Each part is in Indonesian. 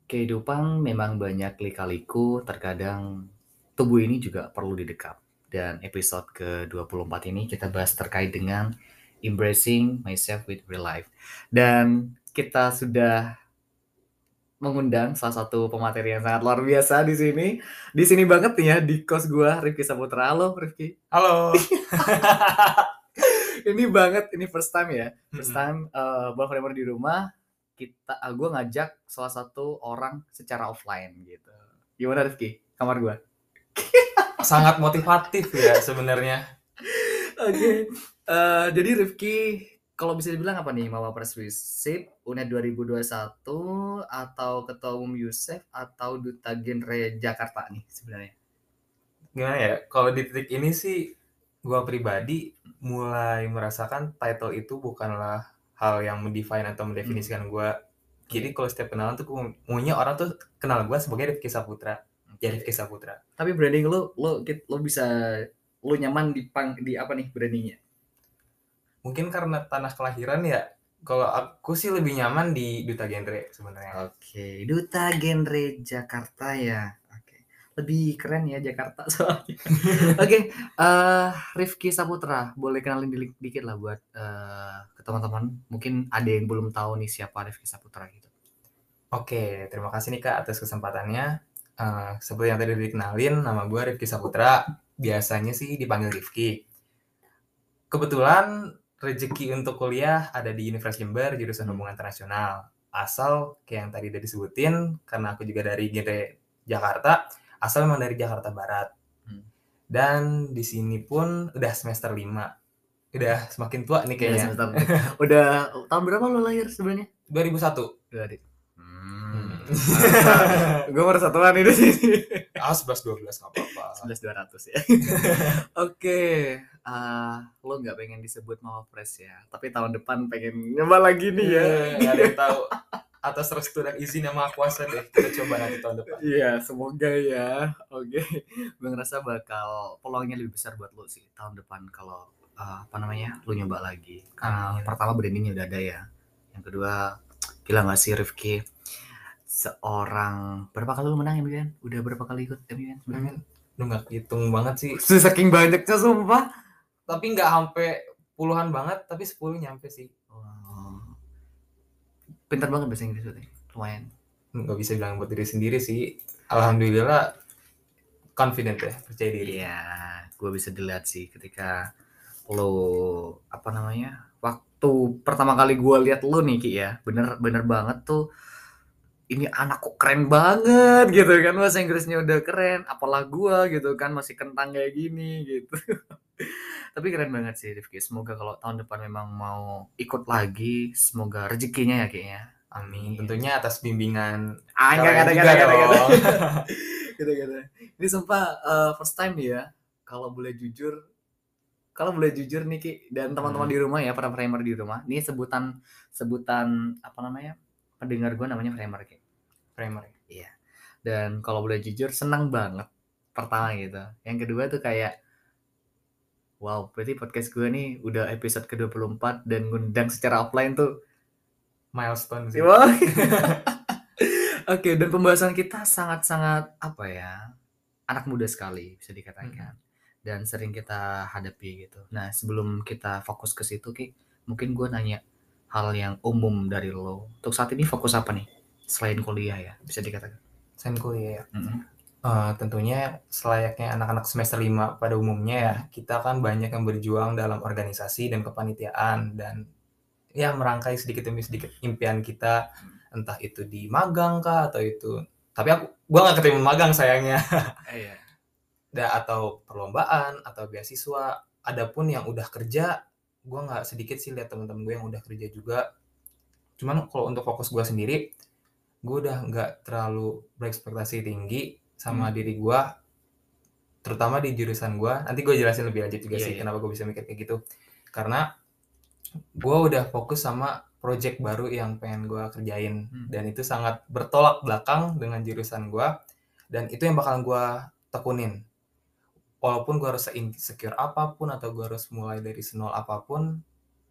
Kehidupan memang banyak lika-liku, terkadang tubuh ini juga perlu didekap. Dan episode ke-24 ini kita bahas terkait dengan embracing myself with real life. Dan kita sudah mengundang salah satu pemateri yang sangat luar biasa di sini. Di sini banget nih ya, di kos gua, Rifki Saputra. Halo, Rifki. Halo. Ini banget, ini first time ya. First Mm-mm. time Bang Framer di rumah, gue ngajak salah satu orang secara offline gitu. Gimana Rifki? Kamar gue. Sangat motivatif ya sebenarnya. Oke. Jadi Rifki, kalau bisa dibilang apa nih? Mawapres Wisip, UNED 2021, atau Ketua Umum Yusef, atau Duta Genre Jakarta nih sebenarnya? Gimana ya? Kalau di titik ini sih, gua pribadi mulai merasakan title itu bukanlah hal yang mendefine atau mendefinisikan gua. Jadi kalau setiap kenalan tuh maunya orang tuh kenal gua sebagai Rifki Saputra. Ya Rifki Saputra. Tapi branding lo bisa lo nyaman di apa nih brandingnya? Mungkin karena tanah kelahiran ya. Kalau aku sih lebih nyaman di Duta Genre sebenarnya. Oke, Duta Genre Jakarta ya. Oke, lebih keren ya Jakarta soalnya. Oke, Rifki Saputra, boleh kenalin dikit lah buat ke teman-teman. Mungkin ada yang belum tahu nih siapa Rifki Saputra gitu. Oke, terima kasih nih Kak atas kesempatannya. Seperti yang tadi dikenalin, nama gue Rifki Saputra. Biasanya sih dipanggil Rifki. Kebetulan rezeki untuk kuliah ada di Universitas Jember, jurusan Hubungan Internasional. Asal, kayak yang tadi udah disebutin, karena aku juga dari genre Jakarta, asal memang dari Jakarta Barat. Dan di sini pun udah semester 5. Udah semakin tua nih kayaknya. Udah tahun berapa lo lahir sebenarnya? 2001. Gue baru satuan ini di sini. 11-12 nggak apa-apa. 11.200 ya. Oke, lo nggak pengen disebut Mawapres ya, tapi tahun depan pengen nyoba lagi nih ya. Nggak ada yang tahu. Atas restu dan izin yang maha kuasa deh. Kita coba nanti tahun depan. Iya, semoga ya. Oke, gue ngerasa bakal peluangnya lebih besar buat lo sih tahun depan kalau apa namanya lo nyoba lagi. Karena pertama brandingnya udah ada ya. Yang kedua, gila nggak sih Rifki? Seorang berapa kali lo menang MUN? Udah berapa kali ikut MUN sebenarnya? Lu nggak hitung banget sih. Saking banyaknya sumpah. Tapi nggak sampai puluhan banget, tapi 10 nyampe sih. Wow. Pintar banget bahasa Inggris berarti. Lumayan. Nggak bisa bilang buat diri sendiri sih. Alhamdulillah confident ya, percaya diri. Iya, gue bisa dilihat sih ketika lo apa namanya waktu pertama kali gue lihat lo nih Ki ya, bener banget tuh. Ini anak kok keren banget gitu kan, bahasa Inggrisnya udah keren, apalah gue gitu kan masih kentang kayak gini gitu. Tapi keren banget sih Rifki. Semoga kalau tahun depan memang mau ikut lagi, semoga rezekinya ya kayaknya. Amin. Tentunya atas bimbingan Enggak kalian juga dong. Gada. Ini sumpah first time nih ya. Kalau boleh jujur nih Ki dan teman-teman di rumah ya, para framer di rumah. Ini sebutan apa namanya? Pendengar gue namanya framer Ki. Framer. Iya. Dan kalau boleh jujur senang banget pertama gitu. Yang kedua tuh kayak wow, berarti podcast gue nih udah episode ke-24 dan ngundang secara offline tuh Milestone sih. wow. Oke, dan pembahasan kita sangat-sangat apa ya? Anak muda sekali bisa dikatakan. Dan sering kita hadapi gitu. Nah, sebelum kita fokus ke situ Ki, mungkin gue nanya hal yang umum dari lo. Untuk saat ini fokus apa nih? Selain kuliah ya, bisa dikatakan. Selain kuliah ya. Tentunya selayaknya anak-anak semester 5 pada umumnya ya, kita kan banyak yang berjuang dalam organisasi dan kepanitiaan dan ya merangkai sedikit demi sedikit impian kita, entah itu di magang kah atau itu. Tapi gua nggak keterima magang sayangnya. Iya. Atau perlombaan atau beasiswa. Adapun yang udah kerja, gua nggak sedikit sih lihat teman-teman gue yang udah kerja juga. Cuman kalau untuk fokus gua sendiri, gue udah nggak terlalu berekspektasi tinggi sama diri gue, terutama di jurusan gue. Nanti gue jelasin lebih lanjut juga sih kenapa gue bisa mikir kayak gitu. Karena gue udah fokus sama project baru yang pengen gue kerjain, dan itu sangat bertolak belakang dengan jurusan gue, dan itu yang bakalan gue tekunin. Walaupun gue harus insecure apapun atau gue harus mulai dari nol apapun,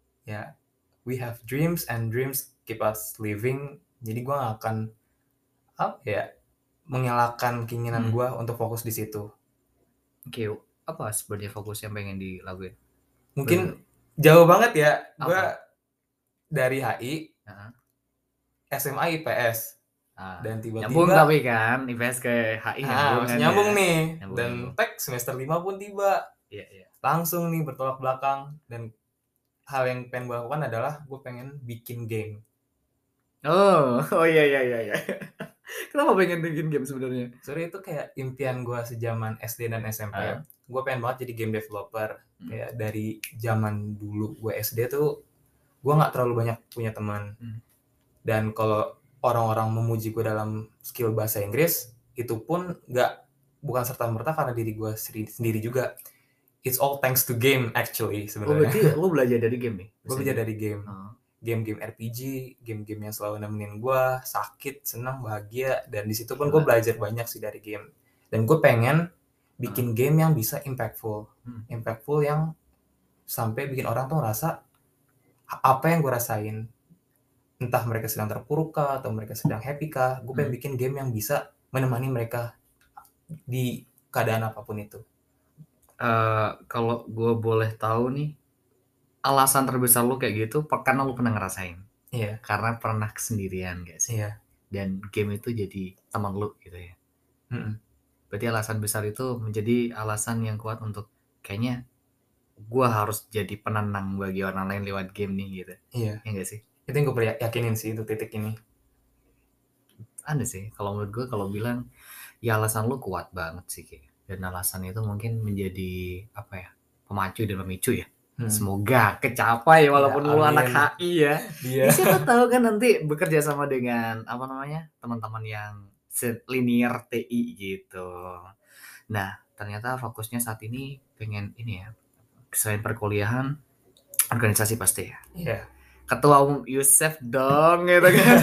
ya we have dreams and dreams keep us living. Jadi gue gak akan apa ya, mengelakkan keinginan Hmm. gue untuk fokus di situ. Oke, apa sebenarnya fokus yang pengen dilakuin? Mungkin jauh banget ya, gue Apa? dari HI, Heeh. SMA IPS, Ah, dan nyambung tiba-tiba tapi kan IPS ke HI nyambung masih kan nyambung ya? nih, Nyambung dan nyambung. tek semester 5 pun tiba. Iya iya. Langsung nih bertolak belakang, dan hal yang pengen gue lakukan adalah gue pengen bikin game. Oh, oh iya iya iya iya. Kenapa pengen bikin game sebenarnya? Sebenarnya itu kayak impian gue sejaman SD dan SMP. Ah, Gue pengen banget jadi game developer. hmm, Kayak dari zaman dulu gue SD tuh, gue nggak terlalu banyak punya teman. hmm. Dan kalau orang-orang memuji gue dalam skill bahasa Inggris, itu pun bukan serta-merta karena diri gue sendiri juga. It's all thanks to game actually Oh sebenarnya. berarti lo belajar dari game nih? Gue belajar dari game. Oh. Game-game RPG, game-game yang selalu nemenin gue, sakit, senang, bahagia, dan di situ pun gue Gila. belajar banyak sih dari game. Dan gue pengen bikin game yang bisa impactful, yang sampai bikin orang tuh ngerasa apa yang gue rasain, entah mereka sedang terpuruk kah atau mereka sedang happy kah, gue pengen bikin game yang bisa menemani mereka di keadaan apapun itu. Kalau gue boleh tahu nih, alasan terbesar lu kayak gitu, karena lu pernah ngerasain. Iya, Karena pernah kesendirian gak sih? iya. Dan game itu jadi teman lu gitu ya. Mm-mm. Berarti alasan besar itu menjadi alasan yang kuat untuk kayaknya gue harus jadi penenang bagi orang lain lewat game nih gitu. Iya, Ya gak sih? itu yang gue yakinin sih untuk titik ini. Ada sih. Kalau menurut gue kalau bilang ya alasan lu kuat banget sih kayak. Dan alasan itu mungkin menjadi apa ya? Pemacu dan pemicu ya. Semoga kecapai walaupun Ya, lu anak amin. HI ya. Iya. Ya siapa tahu kan nanti bekerja sama dengan apa namanya? Teman-teman yang linear TI gitu. Nah, ternyata fokusnya saat ini pengen ini ya. Selain perkuliahan, organisasi pasti ya. Iya. Ketua umum Yusef dong gitu kan.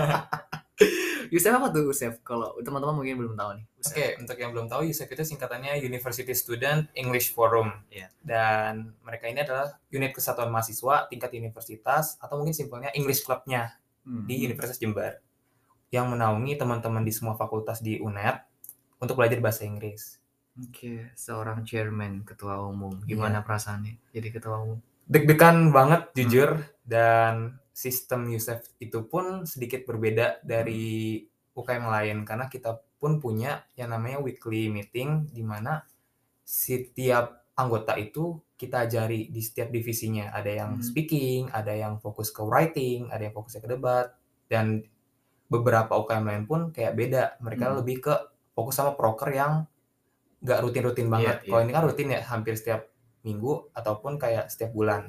Yusef apa tuh Yusef? Kalau teman-teman mungkin belum tahu nih. Yusef. Oke, untuk yang belum tahu, USEF itu singkatannya University Student English Forum. Iya. Dan mereka ini adalah unit kesatuan mahasiswa tingkat universitas, atau mungkin simpelnya English Club-nya di Universitas Jember, yang menaungi teman-teman di semua fakultas di UNED untuk belajar bahasa Inggris. Oke, seorang chairman, ketua umum. Gimana perasaannya jadi ketua umum? Deg-degan banget jujur, dan sistem USEF itu pun sedikit berbeda dari UKM lain, karena kita pun punya yang namanya weekly meeting, di mana setiap anggota itu kita ajari di setiap divisinya. Ada yang speaking, ada yang fokus ke writing, ada yang fokusnya ke debat, dan beberapa UKM lain pun kayak beda. Mereka lebih ke fokus sama proker yang nggak rutin-rutin banget. Kalau ini kan rutin ya, hampir setiap minggu ataupun kayak setiap bulan.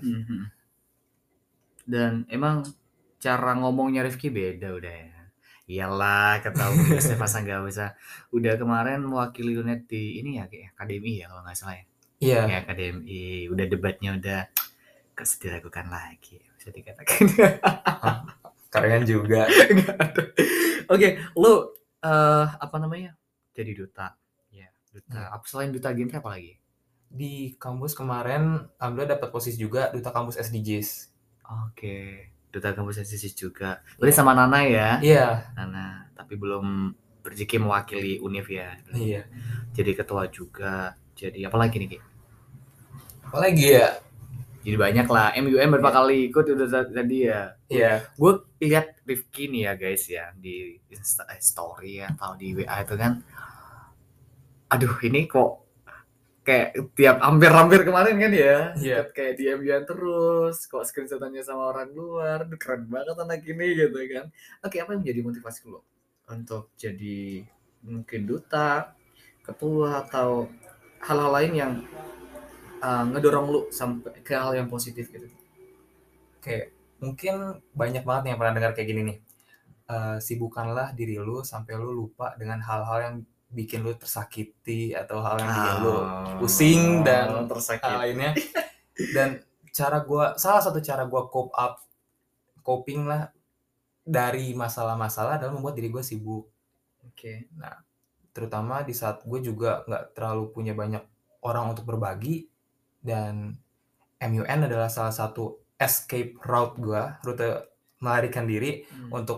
Dan emang cara ngomongnya Rifki beda udah ya. Iyalah, ketua umum Yusef masa nggak bisa. Udah kemarin mewakili unit di ini ya kayak akademi ya kalau nggak salah ya. Iya. Kayak akademi, udah debatnya udah kasih diragukan lagi bisa dikatakan. Keren juga. Oke, lu apa namanya? Jadi duta. Ya, duta. Apa selain duta game apa lagi? Di kampus kemarin alhamdulillah dapat posisi juga duta kampus SDGs. Oke, duta kampus SDGs juga. Berarti sama Nana ya? Iya. Nana, tapi belum berjeki mewakili univ ya. Iya. Jadi ketua juga. Jadi apa lagi nih, Ki? Apalagi ya? Jadi banyak lah. MUM berapa kali ikut udah tadi ya. Iya. Gue lihat Rifki nih ya guys ya di story ya atau di WA itu kan. Aduh ini kok kayak tiap hampir kemarin kan ya. Iya. Kayak di MUM terus. Kok screenshotannya sama orang luar. Aduh, keren banget anak ini gitu kan. Oke, apa yang menjadi motivasi lo untuk jadi mungkin duta, ketua atau hal-hal lain yang ngedorong lu sampai ke hal yang positif gitu? Oke, mungkin banyak banget yang pernah dengar kayak gini nih. Sibukkanlah diri lu sampai lu lupa dengan hal-hal yang bikin lu tersakiti atau hal yang bikin lu pusing dan hal lainnya. Dan salah satu cara gue coping lah dari masalah-masalah adalah membuat diri gue sibuk. Oke. Nah, terutama di saat gue juga nggak terlalu punya banyak orang untuk berbagi, dan MUN adalah salah satu escape route gue, rute melarikan diri untuk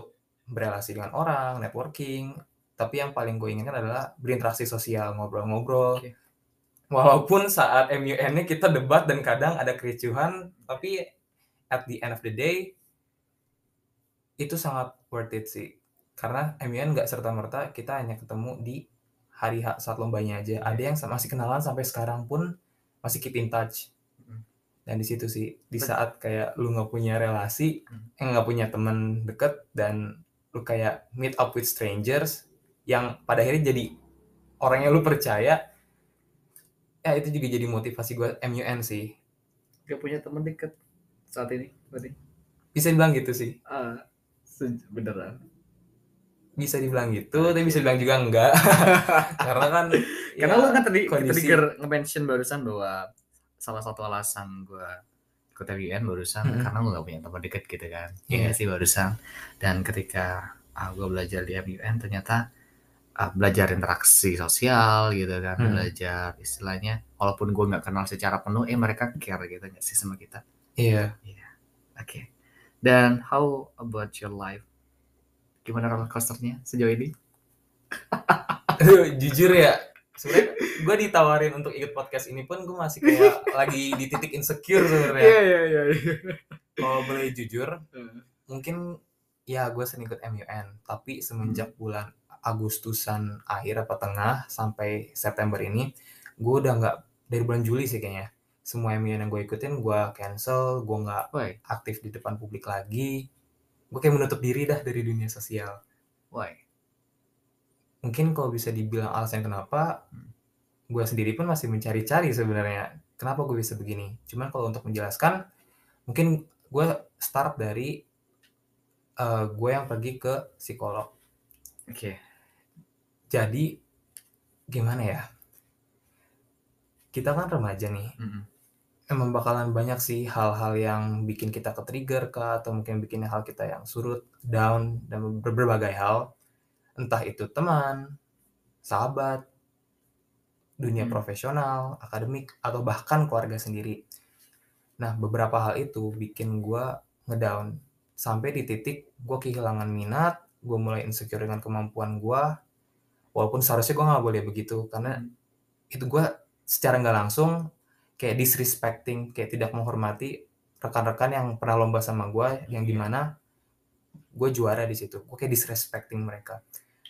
berelasi dengan orang, networking, tapi yang paling gue inginkan adalah berinteraksi sosial, ngobrol-ngobrol. Oke. Walaupun saat MUN-nya kita debat dan kadang ada kericuhan, tapi at the end of the day, itu sangat worth it sih. Karena MUN nggak serta-merta kita hanya ketemu di hari H saat lombanya aja. Ada yang masih kenalan sampai sekarang pun masih keep in touch. Mhm. Dan di situ sih, di Bet saat kayak lu nggak punya relasi, nggak punya temen deket, dan lu kayak meet up with strangers yang pada akhirnya jadi orang yang lu percaya, ya itu juga jadi motivasi gue MUN sih. Gak punya teman dekat saat ini berarti? Bisa dibilang gitu sih. Beneran? Bisa dibilang gitu, tapi bisa dibilang juga enggak. Karena kan Karena ya lu kan tadi kondisi. nge-mention barusan bahwa salah satu alasan gue ikut MUN barusan karena gue gak punya teman dekat gitu kan. Iya Iya. nggak sih barusan. Dan ketika gue belajar di MUN ternyata belajar interaksi sosial gitu kan, belajar istilahnya walaupun gue nggak kenal secara penuh, mereka care gitu nggak sih sama kita. Iya. Oke. Dan how about your life? Gimana roller coasternya sejauh ini? Jujur ya, sebenarnya gue ditawarin untuk ikut podcast ini pun gue masih kayak lagi di titik insecure sebenarnya. Iya. Kalau boleh jujur, mungkin ya gue sering ikut MUN, tapi semenjak bulan Agustusan akhir apa tengah sampai September ini, gue udah nggak, dari bulan Juli sih kayaknya, semua MUN yang gue ikutin gue cancel, gue nggak Why? aktif di depan publik lagi, gue kayak menutup diri dah dari dunia sosial. Why? Mungkin kalau bisa dibilang alasan kenapa, gue sendiri pun masih mencari-cari sebenarnya kenapa gue bisa begini. Cuman kalau untuk menjelaskan, mungkin gue start dari gue yang pergi ke psikolog. Oke. Jadi gimana ya? Kita kan remaja nih. Emang bakalan banyak sih hal-hal yang bikin kita ke-trigger kah, atau mungkin bikin hal kita yang surut, down, dan berbagai hal. Entah itu teman, sahabat, dunia profesional, akademik, atau bahkan keluarga sendiri. Nah, beberapa hal itu bikin gue ngedown. Sampai di titik gue kehilangan minat, gue mulai insecure dengan kemampuan gue, walaupun seharusnya gue gak boleh begitu, karena itu gue secara gak langsung kayak disrespecting, kayak tidak menghormati rekan-rekan yang pernah lomba sama gue, yang dimana gue juara di situ. Gue kayak disrespecting mereka.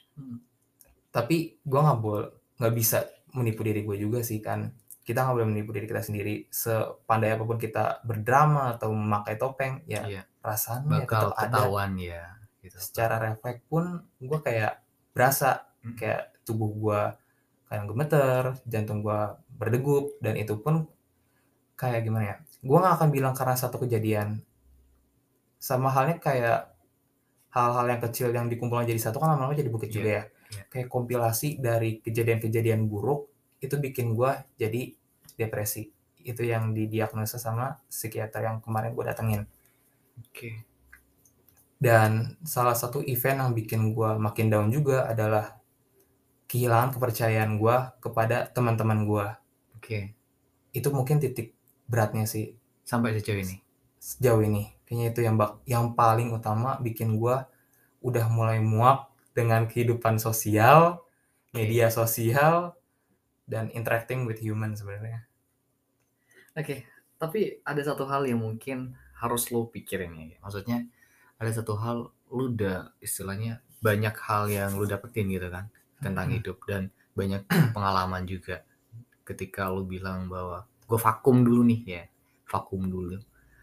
Tapi gue gak bisa menipu diri gue juga sih kan. Kita gak boleh menipu diri kita sendiri. Sepandai apapun kita berdrama atau memakai topeng, ya rasanya bakal tetap ketahuan ada. ya. Gitu. Secara refleks pun gue kayak berasa kayak tubuh gue kayak gemeter, jantung gue berdegup, dan itu pun kayak gimana ya? Gue gak akan bilang karena satu kejadian. Sama halnya kayak hal-hal yang kecil yang dikumpulkan jadi satu kan lama-lama jadi bukit juga ya. Kayak kompilasi dari kejadian-kejadian buruk itu bikin gue jadi depresi. Itu yang didiagnosa sama psikiater yang kemarin gue datengin. Oke. Dan salah satu event yang bikin gue makin down juga adalah kehilangan kepercayaan gue kepada teman-teman gue. Oke. Itu mungkin titik beratnya sih. Sampai sejauh ini? Sejauh ini. Kayaknya itu yang paling utama bikin gue udah mulai muak dengan kehidupan sosial, media sosial, dan interacting with human sebenarnya. Oke, tapi ada satu hal yang mungkin harus lo pikirin ya. Maksudnya ada satu hal lu udah istilahnya banyak hal yang lu dapetin gitu kan tentang hidup, dan banyak pengalaman juga. Ketika lu bilang bahwa gue vakum dulu nih ya, vakum dulu.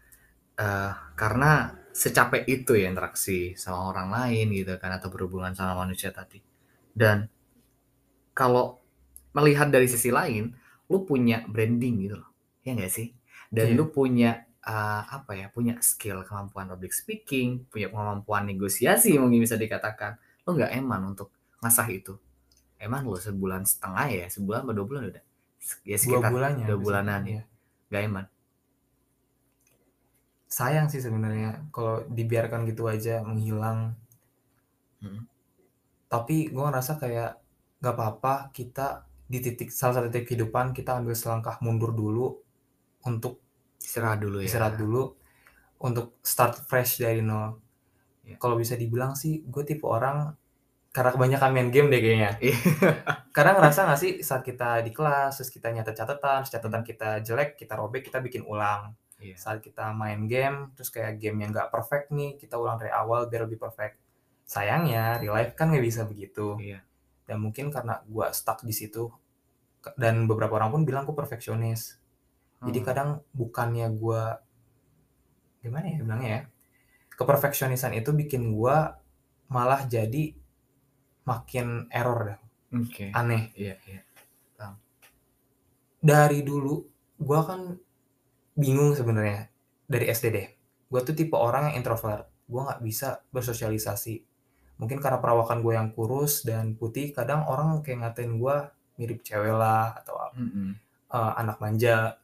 Karena secapek itu ya interaksi sama orang lain gitu kan, atau berhubungan sama manusia tadi. Dan kalau melihat dari sisi lain, lu punya branding gitu loh, ya nggak sih? Dan lu punya punya skill, kemampuan public speaking, punya kemampuan negosiasi mungkin bisa dikatakan. Lu nggak eman untuk ngasah itu. Eman lu sebulan setengah ya, sebulan atau 2 bulan udah? Ya sekitar 2 bulanan ya. Nggak eman. Sayang sih sebenarnya kalau dibiarkan gitu aja menghilang. Tapi gue ngerasa kayak gak apa-apa kita di salah satu titik kehidupan kita ambil selangkah mundur dulu untuk istirahat dulu untuk start fresh dari nol. Iya. Kalau bisa dibilang sih gue tipe orang karena kebanyakan main game deh kayaknya. Iya. Kadang ngerasa nggak sih saat kita di kelas, terus kita nyatet catatan, terus catatan Mhm. kita jelek, kita robek, kita bikin ulang. Iya. Saat kita main game, terus kayak game yang nggak perfect nih, kita ulang dari awal biar lebih perfect. Sayangnya, real life kan nggak bisa begitu. Iya. Dan mungkin karena gua stuck di situ, dan beberapa orang pun bilang gua perfeksionis. Jadi Oh, kadang bukannya gua, gimana ya bilangnya ya, keperfeksionisan itu bikin gua malah jadi makin error dah, oke. aneh. Iya, iya, paham. Dari dulu, gua kan bingung sebenarnya dari SD deh. Gue tuh tipe orang yang introvert. Gue nggak bisa bersosialisasi. Mungkin karena perawakan gue yang kurus dan putih, kadang orang kayak ngatain gue mirip cewek lah atau Mhm. anak manja.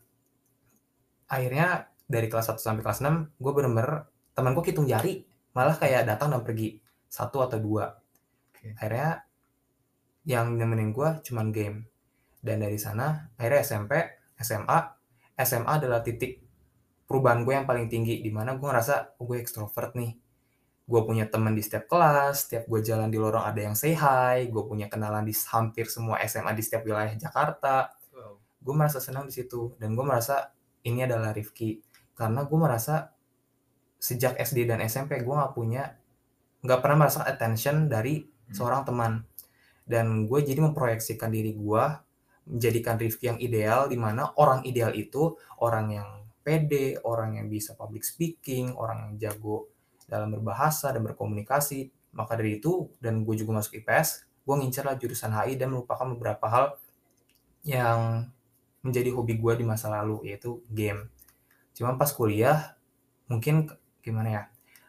Akhirnya dari kelas 1 sampai kelas 6, gue bener-bener temanku hitung jari, malah Oke. kayak datang dan pergi, satu atau dua. Oke. Akhirnya yang nemenin gue cuman game. Dan dari sana akhirnya SMP, SMA. SMA adalah titik perubahan gue yang paling tinggi, di mana gue ngerasa, "Oh, gue ekstrovert nih." Gue punya teman di setiap kelas, setiap gue jalan di lorong ada yang say hi, gue punya kenalan di hampir semua SMA di setiap wilayah Jakarta. Wow. Gue merasa senang di situ, dan gue merasa ini adalah Rifki. Karena gue merasa sejak SD dan SMP gue nggak pernah merasa attention dari Mhm. seorang teman. Dan gue jadi memproyeksikan diri gue, menjadikan Rifki yang ideal, di mana orang ideal itu orang yang pede, orang yang bisa public speaking, orang yang jago dalam berbahasa dan berkomunikasi. Maka dari itu, dan gue juga masuk IPS, gue ngincerlah jurusan HI dan melupakan beberapa hal yang menjadi hobi gue di masa lalu, yaitu game. Cuma pas kuliah, mungkin gimana ya,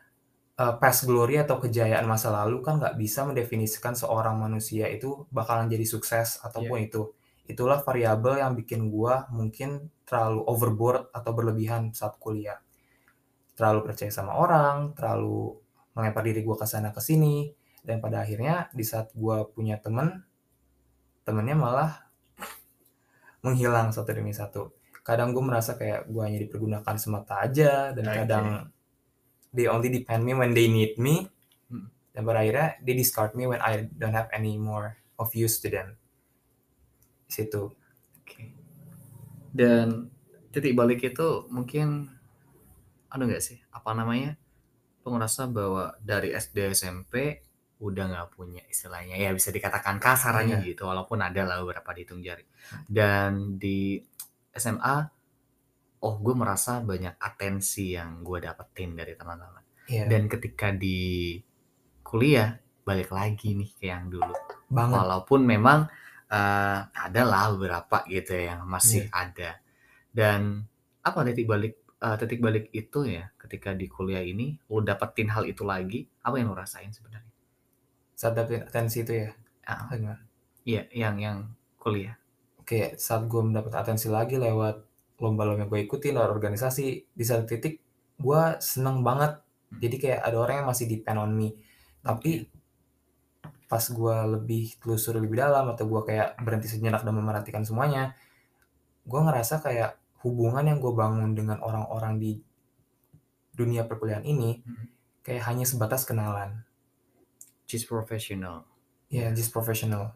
past glory atau kejayaan masa lalu kan nggak bisa mendefinisikan seorang manusia itu bakalan jadi sukses Iya. ataupun itu. Itulah variabel yang bikin gua mungkin terlalu overboard atau berlebihan saat kuliah. Terlalu percaya sama orang, terlalu melempar diri gua ke sana ke sini, dan pada akhirnya di saat gua punya temen, temennya malah menghilang satu demi satu. Kadang gua merasa kayak gua hanya dipergunakan semata aja, dan kadang Oke. they only depend me when they need me. Mhm. Dan pada akhirnya they discard me when I don't have any more of use to them. Di situ. Oke. Dan titik balik itu mungkin anu nggak sih, apa namanya, lu ngerasa bahwa dari SD, SMP udah nggak punya istilahnya ya bisa dikatakan kasarannya Iya, gitu, walaupun ada lah beberapa dihitung jari. Dan di SMA, oh gue merasa banyak atensi yang gue dapetin dari teman-teman. iya, Dan ketika di kuliah, balik lagi nih ke yang dulu. banget. Walaupun memang, ada lah beberapa gitu ya yang masih Iya. ada. Dan apa titik balik itu ya ketika di kuliah ini lu dapetin hal itu lagi, apa yang lu rasain sebenarnya? Saat dapetin atensi itu ya? Heeh, Apa gimana? iya yang kuliah. Kayak saat gue mendapat atensi lagi lewat lomba-lomba yang gue ikutin, lewat organisasi, di satu titik gue seneng banget. Mhm. Jadi kayak ada orang yang masih depend on me. Oke. Tapi pas gue lebih telusur lebih dalam atau gue kayak berhenti sejenak dan memerhatikan semuanya, gue ngerasa kayak hubungan yang gue bangun dengan orang-orang di dunia perkuliahan ini Mhm. kayak hanya sebatas kenalan. She's professional. Ya, Iya. just professional.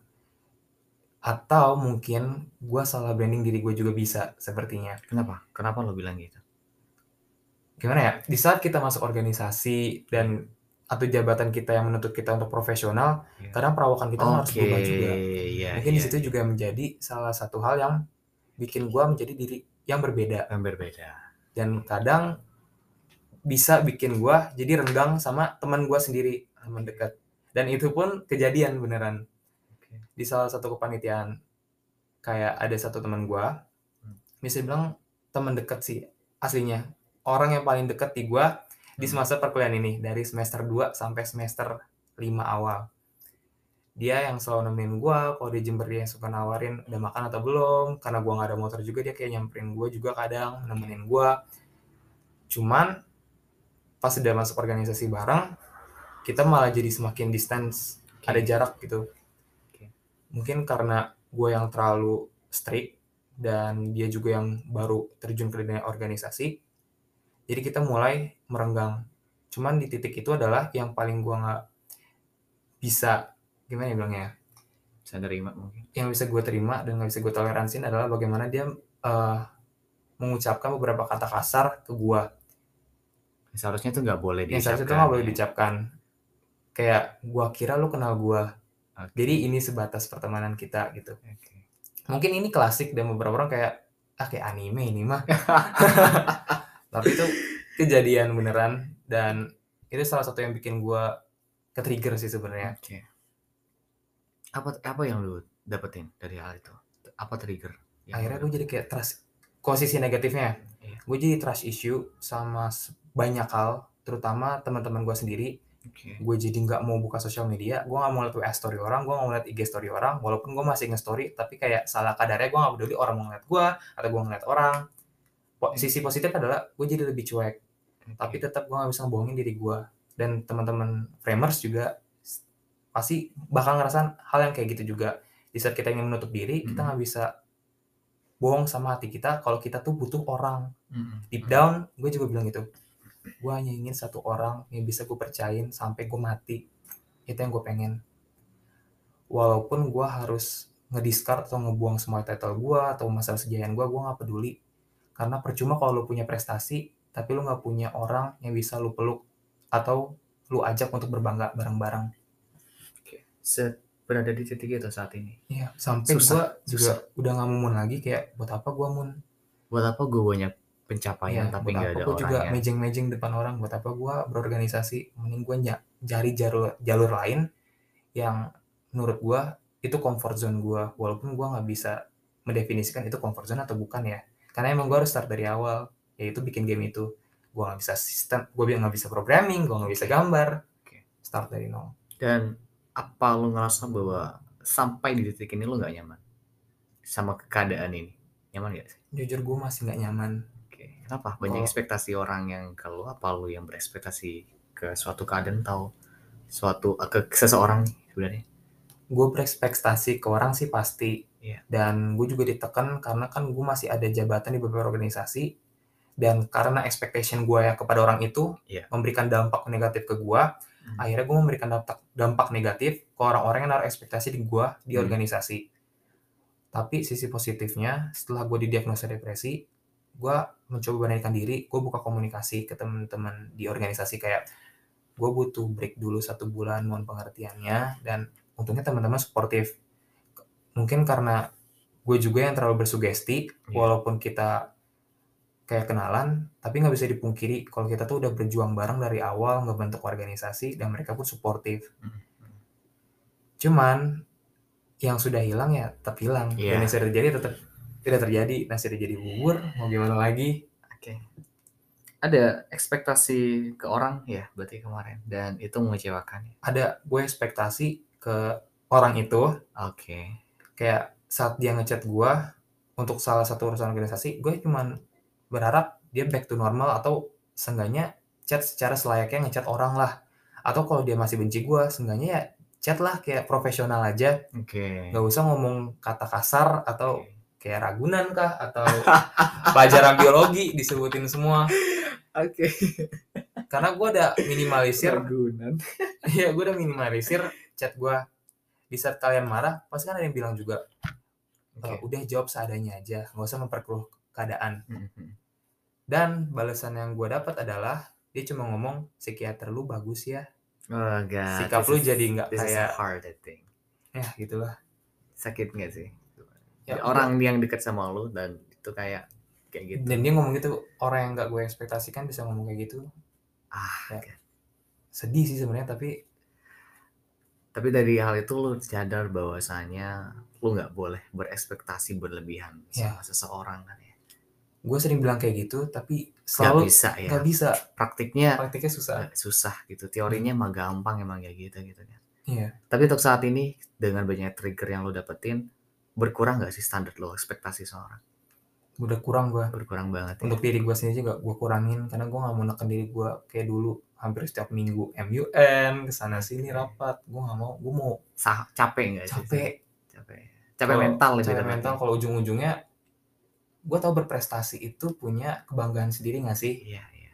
Atau mungkin gue salah branding diri gue juga bisa sepertinya. Kenapa? Kenapa lo bilang gitu? Gimana ya, di saat kita masuk organisasi Iya, dan atau jabatan kita yang menuntut kita untuk profesional, iya. kadang perawakan kita kan harus Oke, berubah juga. iya, Mungkin di iya, situ iya. juga menjadi salah satu hal yang bikin gue menjadi diri yang berbeda. Yang berbeda. Dan kadang bisa bikin gue jadi renggang sama teman gue sendiri, teman Oke, dekat. Dan itu pun kejadian beneran. oke. Di salah satu kepanitiaan, kayak ada satu teman gue, Mmm, bisa bilang teman dekat sih aslinya. Orang yang paling dekat di gua di mhm. semester perkuliahan ini, dari semester 2 sampai semester 5 awal. Dia yang selalu nemenin gua, kalau di Jember dia yang suka nawarin, "Udah makan atau belum?" Karena gua nggak ada motor juga, dia kayak nyamperin gua juga kadang, Oke, nemenin gua. Cuman pas udah masuk organisasi bareng, kita malah jadi semakin distance, ada oke, jarak gitu. oke. Mungkin karena gua yang terlalu strict dan dia juga yang baru terjun ke dunia organisasi, jadi kita mulai merenggang. Cuman di titik itu adalah yang paling gue nggak bisa, gimana ya bilangnya, Bisa nerima mungkin. yang bisa gue terima dan nggak bisa gue toleransin adalah bagaimana dia mengucapkan beberapa kata kasar ke gue. Seharusnya itu nggak boleh Yang seharusnya itu diucapkan nggak boleh ya. diucapkan. Kayak gue kira lu kenal gue, jadi Oke. ini sebatas pertemanan kita gitu. Oke. Mungkin ini klasik dan beberapa orang kayak kayak anime ini mah. Tapi itu kejadian beneran dan itu salah satu yang bikin gue ke-trigger sih sebenarnya. Oke. Apa yang lu dapetin dari hal itu? Apa trigger yang Akhirnya lu gue jadi kayak trust, posisi negatifnya iya, gue jadi trust issue sama banyak hal, terutama teman-teman gue sendiri. oke. Gue jadi nggak mau buka sosial media, gue nggak mau liat WA story orang, gue nggak mau liat IG story orang, walaupun gue masih nge-story, tapi kayak salah kadarnya gue nggak peduli orang mau ngeliat gue atau gue ngeliat orang. Sisi positif adalah gue jadi lebih cuek, tapi Oke. tetap gue nggak bisa ngebohongin diri gue. Dan teman-teman framers juga pasti bakal ngerasain hal yang kayak gitu juga. Di saat kita ingin menutup diri, kita nggak bisa bohong sama hati kita kalau kita tuh butuh orang. Deep down, gue juga bilang gitu. Gue hanya ingin satu orang yang bisa gue percayain sampai gue mati. Itu yang gue pengen. Walaupun gue harus ngediscard atau ngebuang semua title gue atau masalah sejayaan gue gak peduli. Karena percuma kalau lu punya prestasi, tapi lu gak punya orang yang bisa lu peluk atau lu ajak untuk berbangga bareng-bareng. Oke. Berada di titik itu saat ini. Iya, sampai gue juga udah gak mau lagi, kayak buat apa gue mun. Buat apa gue banyak pencapaian Iya, tapi buat nggak apa ada gue juga orangnya? mejeng-mejeng depan orang, buat apa gue berorganisasi. Mending gue cari jalur lain yang menurut gue itu comfort zone gue, walaupun gue nggak bisa mendefinisikan itu comfort zone atau bukan ya, karena emang gue harus start dari awal, yaitu bikin game itu. Gue nggak bisa sistem, gue nggak bisa programming, gue nggak bisa gambar, Oke. start dari nol. Dan apa lu ngerasa bahwa sampai di titik ini lu nggak nyaman sama keadaan ini? Nyaman gak sih? Jujur gue masih nggak nyaman. Oke. Kenapa? Banyak Kalau ekspektasi orang yang ke lu, apa lu yang berekspektasi ke suatu keadaan atau ke seseorang nih sebenarnya? gue berekspektasi ke orang sih pasti, Iya. dan gue juga ditekan karena kan gue masih ada jabatan di beberapa organisasi, dan karena expectation gue ya kepada orang itu Iya. memberikan dampak negatif ke gue, akhirnya gue memberikan dampak negatif ke orang-orang yang naruh ekspektasi di gue di organisasi. Tapi sisi positifnya, setelah gue didiagnosa depresi, gue mencoba bandingkan diri, gue buka komunikasi ke teman-teman di organisasi, kayak gue butuh break dulu 1 bulan, mohon pengertiannya, dan untungnya teman-teman suportif. Mungkin karena gue juga yang terlalu bersugesti, walaupun kita kayak kenalan, tapi nggak bisa dipungkiri kalau kita tuh udah berjuang bareng dari awal ngebentuk organisasi dan mereka pun suportif. Cuman yang sudah hilang ya tetap hilang, dan yang sudah terjadi tetap tidak terjadi. Nah, sudah jadi bubur, mau gimana lagi? Oke. Ada ekspektasi ke orang ya berarti kemarin dan itu mengecewakan. Ada, gue ekspektasi ke orang itu, Oke. kayak saat dia ngechat gue untuk salah satu urusan organisasi, gue cuman berharap dia back to normal atau seenggaknya chat secara selayaknya ngechat orang lah. Atau kalau dia masih benci gue, seenggaknya ya chat lah kayak profesional aja. Oke. Nggak usah ngomong kata kasar atau kayak Ragunan kah atau pelajaran biologi disebutin semua. Oke. Karena gue udah minimalisir, Ragunan. iya gue udah minimalisir chat gue. Di saat kalian marah, pasti kan ada yang bilang juga, udah jawab seadanya aja, nggak usah memperkeruh keadaan. Dan balasan yang gue dapat adalah dia cuma ngomong, psikiater lu bagus ya. Oh god. Sikap lu jadi nggak This is kayak hard I think. ya gitulah. Sakit nggak sih? Ya, orang yang dekat sama lu dan itu kayak gitu. Dan dia ngomong gitu, orang yang nggak gue ekspektasikan bisa ngomong kayak gitu. Ya, sedih sih sebenarnya, tapi dari hal itu lu sadar bahwasanya lu nggak boleh berekspektasi berlebihan sama seseorang kan ya. Gue sering bilang kayak gitu, tapi selalu nggak bisa. Praktiknya susah gitu. Teorinya mah gampang emang kayak gitu kan. Iya. Tapi untuk saat ini dengan banyak trigger yang lu dapetin, berkurang nggak sih standar lo ekspektasi seorang? Udah kurang gue. Berkurang banget. Untuk diri gue sendiri juga gue kurangin, karena gue nggak mau neken diri gue kayak dulu hampir setiap minggu MUN kesana sini rapat. Gue nggak mau, gue mau capek nggak sih? Capek mental lebih mental. Kalau ujung-ujungnya gue tahu berprestasi itu punya kebanggaan sendiri nggak sih? Iya.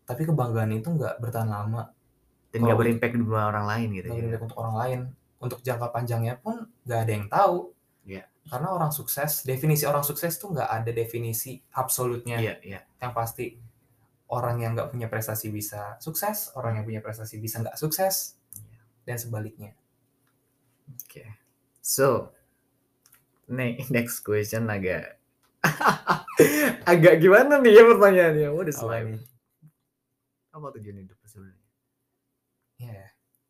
tapi kebanggaan itu nggak bertahan lama. Dan nggak berimpact di orang lain gitu Nggak ya. berimpact untuk orang lain. Untuk jangka panjangnya pun nggak ada yang tahu. Iya. Karena orang sukses, definisi orang sukses tuh nggak ada definisi absolutnya. Iya. Yang pasti orang yang nggak punya prestasi bisa sukses, orang yang punya prestasi bisa nggak sukses, dan sebaliknya. Oke. So, next question agak agak gimana nih ya pertanyaannya? What is Apa life? nih? Apa tujuan hidup sebenarnya? Ya.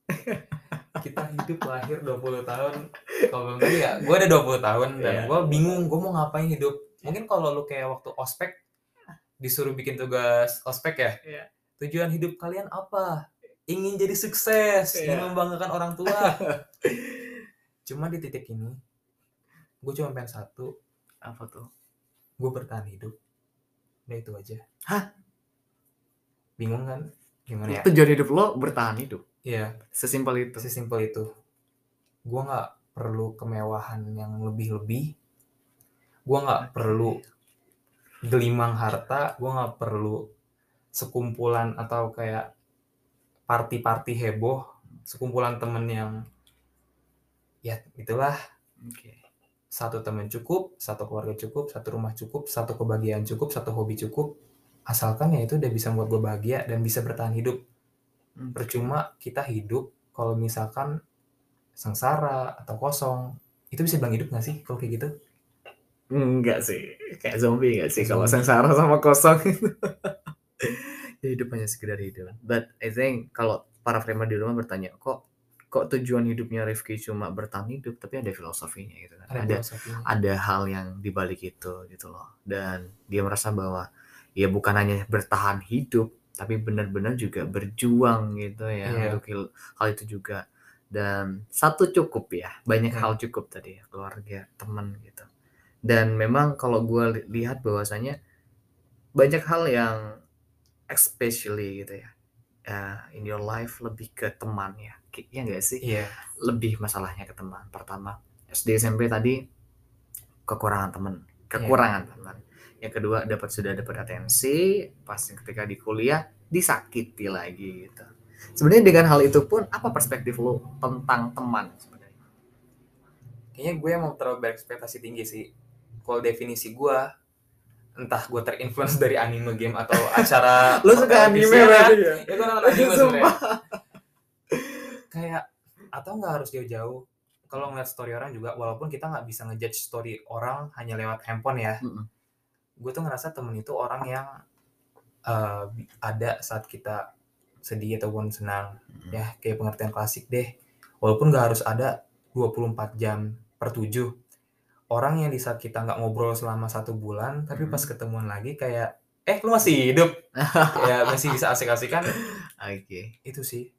Kita hidup lahir 20 tahun. Kalau belum tadi ya, gue ada 20 tahun dan gue bingung gue mau ngapain hidup. Mungkin kalau lu kayak waktu ospek disuruh bikin tugas ospek ya. Tujuan hidup kalian apa? Ingin jadi sukses, ingin membanggakan orang tua. Cuma di titik ini, gue cuma pengen satu. Apa tuh? Gue bertahan hidup. Udah itu aja. Hah? Bingung kan? Gimana ya? Tujuan hidup lo bertahan hidup? Iya. Sesimpel itu? Sesimpel itu. Gue gak perlu kemewahan yang lebih-lebih. Gue gak perlu gelimang harta. Gue gak perlu sekumpulan atau kayak party-party heboh. Sekumpulan temen yang ya itulah. Satu temen cukup, satu keluarga cukup, satu rumah cukup, satu kebahagiaan cukup, satu hobi cukup. Asalkan ya itu udah bisa membuat gue bahagia dan bisa bertahan hidup. Percuma kita hidup kalau misalkan sengsara atau kosong. Itu bisa bilang hidup gak sih kalau kayak gitu? Enggak sih, kayak zombie gak sih kalau sengsara sama kosong itu. Ya hidup hanya sekedar hidup. But I think kalau para framer di rumah bertanya, kok tujuan hidupnya Rifki cuma bertahan hidup, tapi ada filosofinya gitu kan. Ada hal yang dibalik itu gitu loh. Dan dia merasa bahwa ya bukan hanya bertahan hidup, tapi benar-benar juga berjuang gitu ya untuk hal itu juga. Dan satu cukup ya, banyak hal cukup tadi ya, keluarga, teman gitu. Dan memang kalau gue lihat bahwasanya banyak hal yang especially gitu ya, in your life lebih ke teman ya. Ya nggak sih? Lebih masalahnya ke teman. Pertama, SD SMP tadi kekurangan teman. Yang kedua sudah dapat atensi, pas ketika di kuliah disakiti lagi gitu. Sebenarnya dengan hal itu pun apa perspektif lo tentang teman sebenarnya? Kayaknya gue mau terlalu berekspektasi tinggi sih. Kalau definisi gue, entah gue terinfluence dari anime game atau acara lo suka anime berarti ya? Ya gue nonton anime sebenarnya. Kayak atau nggak harus jauh-jauh. Kalau ngeliat story orang juga, walaupun kita nggak bisa ngejudge story orang hanya lewat handphone ya. Gue tuh ngerasa temen itu orang yang ada saat kita sedih ataupun senang. Ya kayak pengertian klasik deh. Walaupun nggak harus ada 24 jam per 7. Orang yang di saat kita nggak ngobrol selama 1 bulan, tapi pas ketemuan lagi kayak, lu masih hidup? Ya masih bisa asik-asikan. Itu sih.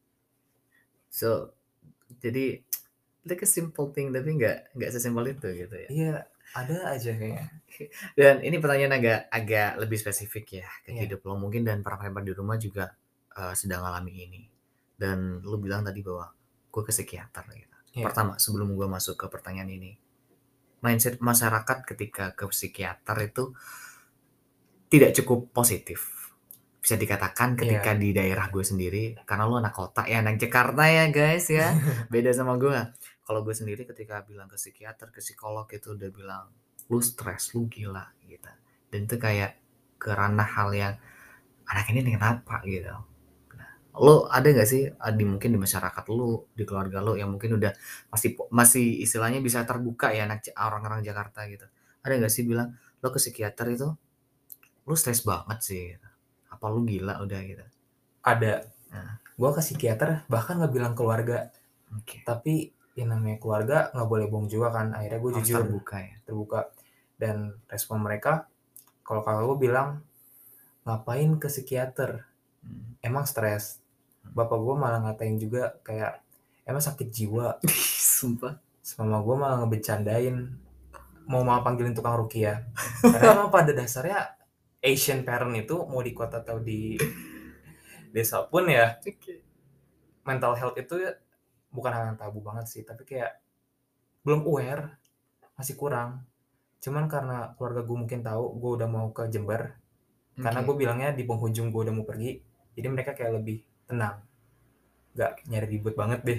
So, jadi like a simple thing, tapi nggak sesimpel itu gitu ya? Iya, ada aja kayaknya. Dan ini pertanyaan agak lebih spesifik ya ke hidup lo mungkin, dan para penonton di rumah juga sedang alami ini. Dan lo bilang tadi bahwa gue ke psikiater gitu. Pertama, sebelum gue masuk ke pertanyaan ini, mindset masyarakat ketika ke psikiater itu tidak cukup positif. Bisa dikatakan ketika di daerah gue sendiri, karena lo anak kota ya, anak Jakarta ya guys ya, beda sama gue. Kalau gue sendiri ketika bilang ke psikiater, ke psikolog itu udah bilang, lu stres, lu gila gitu. Dan itu kayak ke ranah hal yang anak ini kenapa gitu. Nah, lo ada gak sih mungkin di masyarakat lo, di keluarga lo yang mungkin udah masih istilahnya bisa terbuka ya orang-orang Jakarta gitu. Ada gak sih bilang, lo ke psikiater itu lu stres banget sih gitu. Apa lu gila udah gitu? Ada. Gue ke psikiater bahkan gak bilang keluarga. Tapi yang namanya keluarga gak boleh bohong juga kan. Akhirnya gue jujur. Terbuka. Dan respon mereka, kalau kakak gue bilang, ngapain ke psikiater? Emang stres? Bapak gue malah ngatain juga kayak, emang sakit jiwa? Sumpah. Sama gue malah ngebecandain, mau panggilin tukang rukiah. Karena emang pada dasarnya Asian parent itu mau di kota atau di desa pun ya, mental health itu bukan hal yang tabu banget sih, tapi kayak belum aware, masih kurang. Cuman karena keluarga gue mungkin tahu gue udah mau ke Jember, Karena Oke. gue bilangnya di penghujung gue udah mau pergi, jadi mereka kayak lebih tenang, nggak nyari ribut banget deh.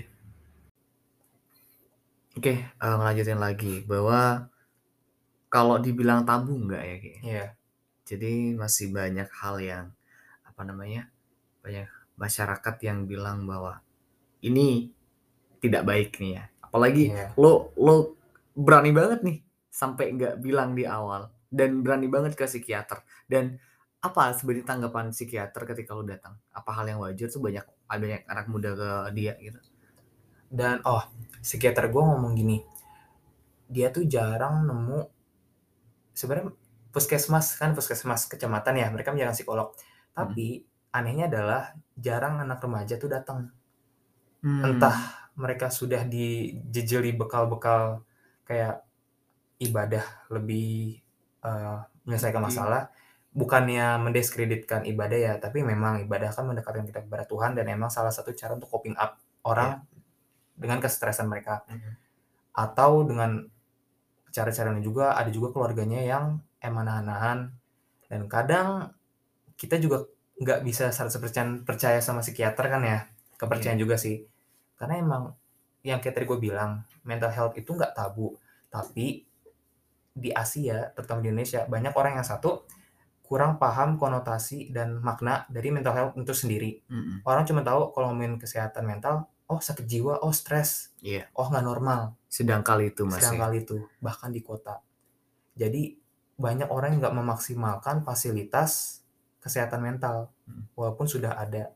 Oke, ngelanjutin lagi bahwa kalau dibilang tabu enggak ya, Ki? Iya, Jadi masih banyak hal yang, apa namanya, banyak masyarakat yang bilang bahwa ini tidak baik nih ya. Apalagi iya. lo berani banget nih sampai nggak bilang di awal dan berani banget ke psikiater. Dan apa sebenarnya tanggapan psikiater ketika lo datang? Apa hal yang wajar tuh banyak anak muda ke dia gitu? Dan psikiater gue ngomong gini, dia tuh jarang nemu sebenarnya puskesmas kecamatan ya, mereka menjalankan psikolog. Mhm. Tapi anehnya adalah jarang anak remaja tuh datang. Entah Mmm, mereka sudah dijejeli bekal-bekal kayak ibadah lebih menyelesaikan oke, masalah, bukannya mendiskreditkan ibadah ya, tapi memang ibadah kan mendekatkan kita kepada Tuhan dan emang salah satu cara untuk coping up iya, orang dengan kesetresan mereka. mhm, Atau dengan cara-cara lain juga, ada juga keluarganya yang emang nahan-nahan dan kadang kita juga nggak bisa 100% percaya sama psikiater kan ya, iya, kepercayaan juga sih. Karena emang yang kayak tadi gue bilang, mental health itu nggak tabu, tapi di Asia, terutama di Indonesia, banyak orang yang satu kurang paham konotasi dan makna dari mental health itu sendiri. mhm, Orang cuma tahu kalau ngomongin kesehatan mental, oh sakit jiwa, oh stres, iya, oh nggak normal. sedangkal itu Mas ya? Sedangkal itu, bahkan di kota. Jadi banyak orang yang nggak memaksimalkan fasilitas kesehatan mental, Mhm. walaupun sudah ada.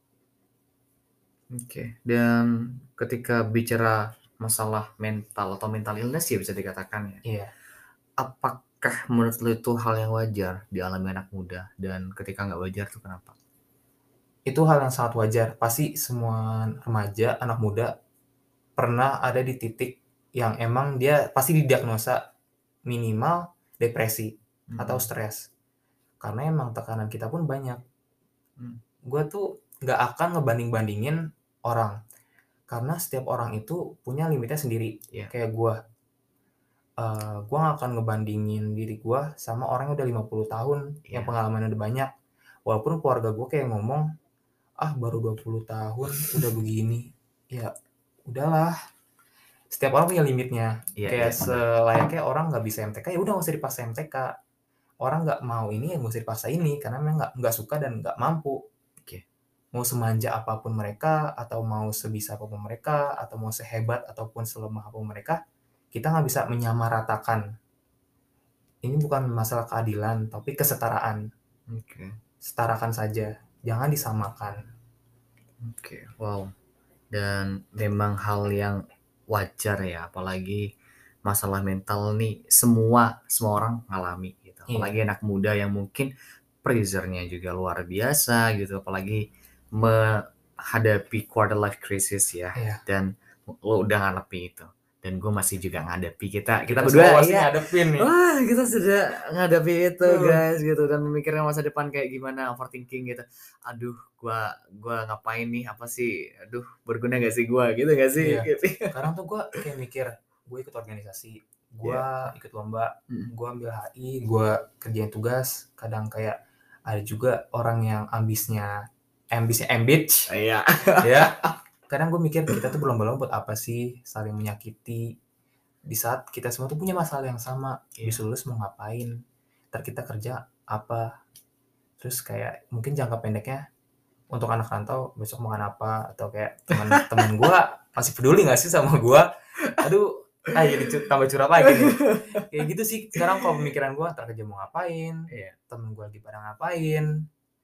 Oke, dan ketika bicara masalah mental atau mental illness ya bisa dikatakan ya, Iya, apakah menurut lu itu hal yang wajar dialami anak muda dan ketika nggak wajar tuh kenapa? itu hal yang sangat wajar. Pasti semua remaja, anak muda pernah ada di titik yang emang dia pasti didiagnosa minimal depresi atau Mhm, stres. Karena emang tekanan kita pun banyak. mmm, Gue tuh nggak akan ngebanding-bandingin orang, karena setiap orang itu punya limitnya sendiri. iya, Kayak gue nggak akan ngebandingin diri gue sama orang yang udah 50 tahun, yang iya, pengalamannya udah banyak. Walaupun keluarga gue kayak ngomong, "Ah, baru 20 tahun udah begini." Ya udahlah, setiap orang punya limitnya. iya, Kayak iya, bener, selayaknya orang nggak bisa MTK, ya udah nggak usah dipaksa MTK. Orang nggak mau ini, ya nggak usah dipaksa ini, karena memang nggak suka dan nggak mampu. oke, Mau semanja apapun mereka, atau mau sebisa apapun mereka, atau mau sehebat ataupun selemah apapun mereka, kita nggak bisa menyamaratakan. Ini bukan masalah keadilan, tapi kesetaraan. oke, Setarakan saja, jangan disamakan. oke, wow, dan memang hal yang wajar ya apalagi masalah mental nih semua orang ngalami gitu, Iya, apalagi anak muda yang mungkin pressure-nya juga luar biasa gitu, apalagi menghadapi quarter life crisis ya, iya. dan lo udah ngalamin itu, dan gue masih juga ngadepi, kita kita Kita semua berdua pasti iya, ngadepin nih. wah kita sudah ngadepi itu Duh, guys gitu, dan memikirkan masa depan kayak gimana, overthinking gitu. Aduh, gua ngapain nih, apa sih, aduh berguna nggak sih gua, gitu nggak sih? iya. Gitu. Kadang tuh gue kayak mikir, gue ikut organisasi, gue Iya, ikut lomba, mhm, gue ambil HI, gue kerjain tugas, kadang kayak ada juga orang yang ambisnya ambitch, iya, ya. Kadang gue mikir kita tuh berlomba-lomba buat apa sih, saling menyakiti. Di saat kita semua tuh punya masalah yang sama, iya, habis lulus mau ngapain, entar kita kerja apa, terus kayak mungkin jangka pendeknya untuk anak rantau besok makan apa, atau kayak teman-teman gue masih peduli nggak sih sama gue. Aduh, jadi tambah curhat lagi nih. Kayak gitu sih sekarang kalau pemikiran gue, entar kerja mau ngapain, iya, temen gue lagi pada ngapain,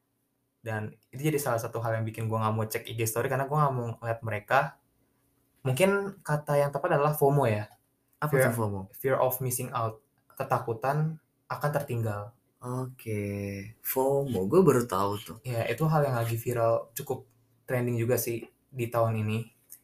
dan itu jadi salah satu hal yang bikin gue nggak mau cek IG story karena gue nggak mau ngeliat mereka. Mungkin kata yang tepat adalah FOMO ya, apa tuh fear FOMO? fear of missing out, ketakutan akan tertinggal. Oke, FOMO, gua baru tahu tuh. Ya, itu hal yang lagi viral, cukup trending juga sih di tahun ini,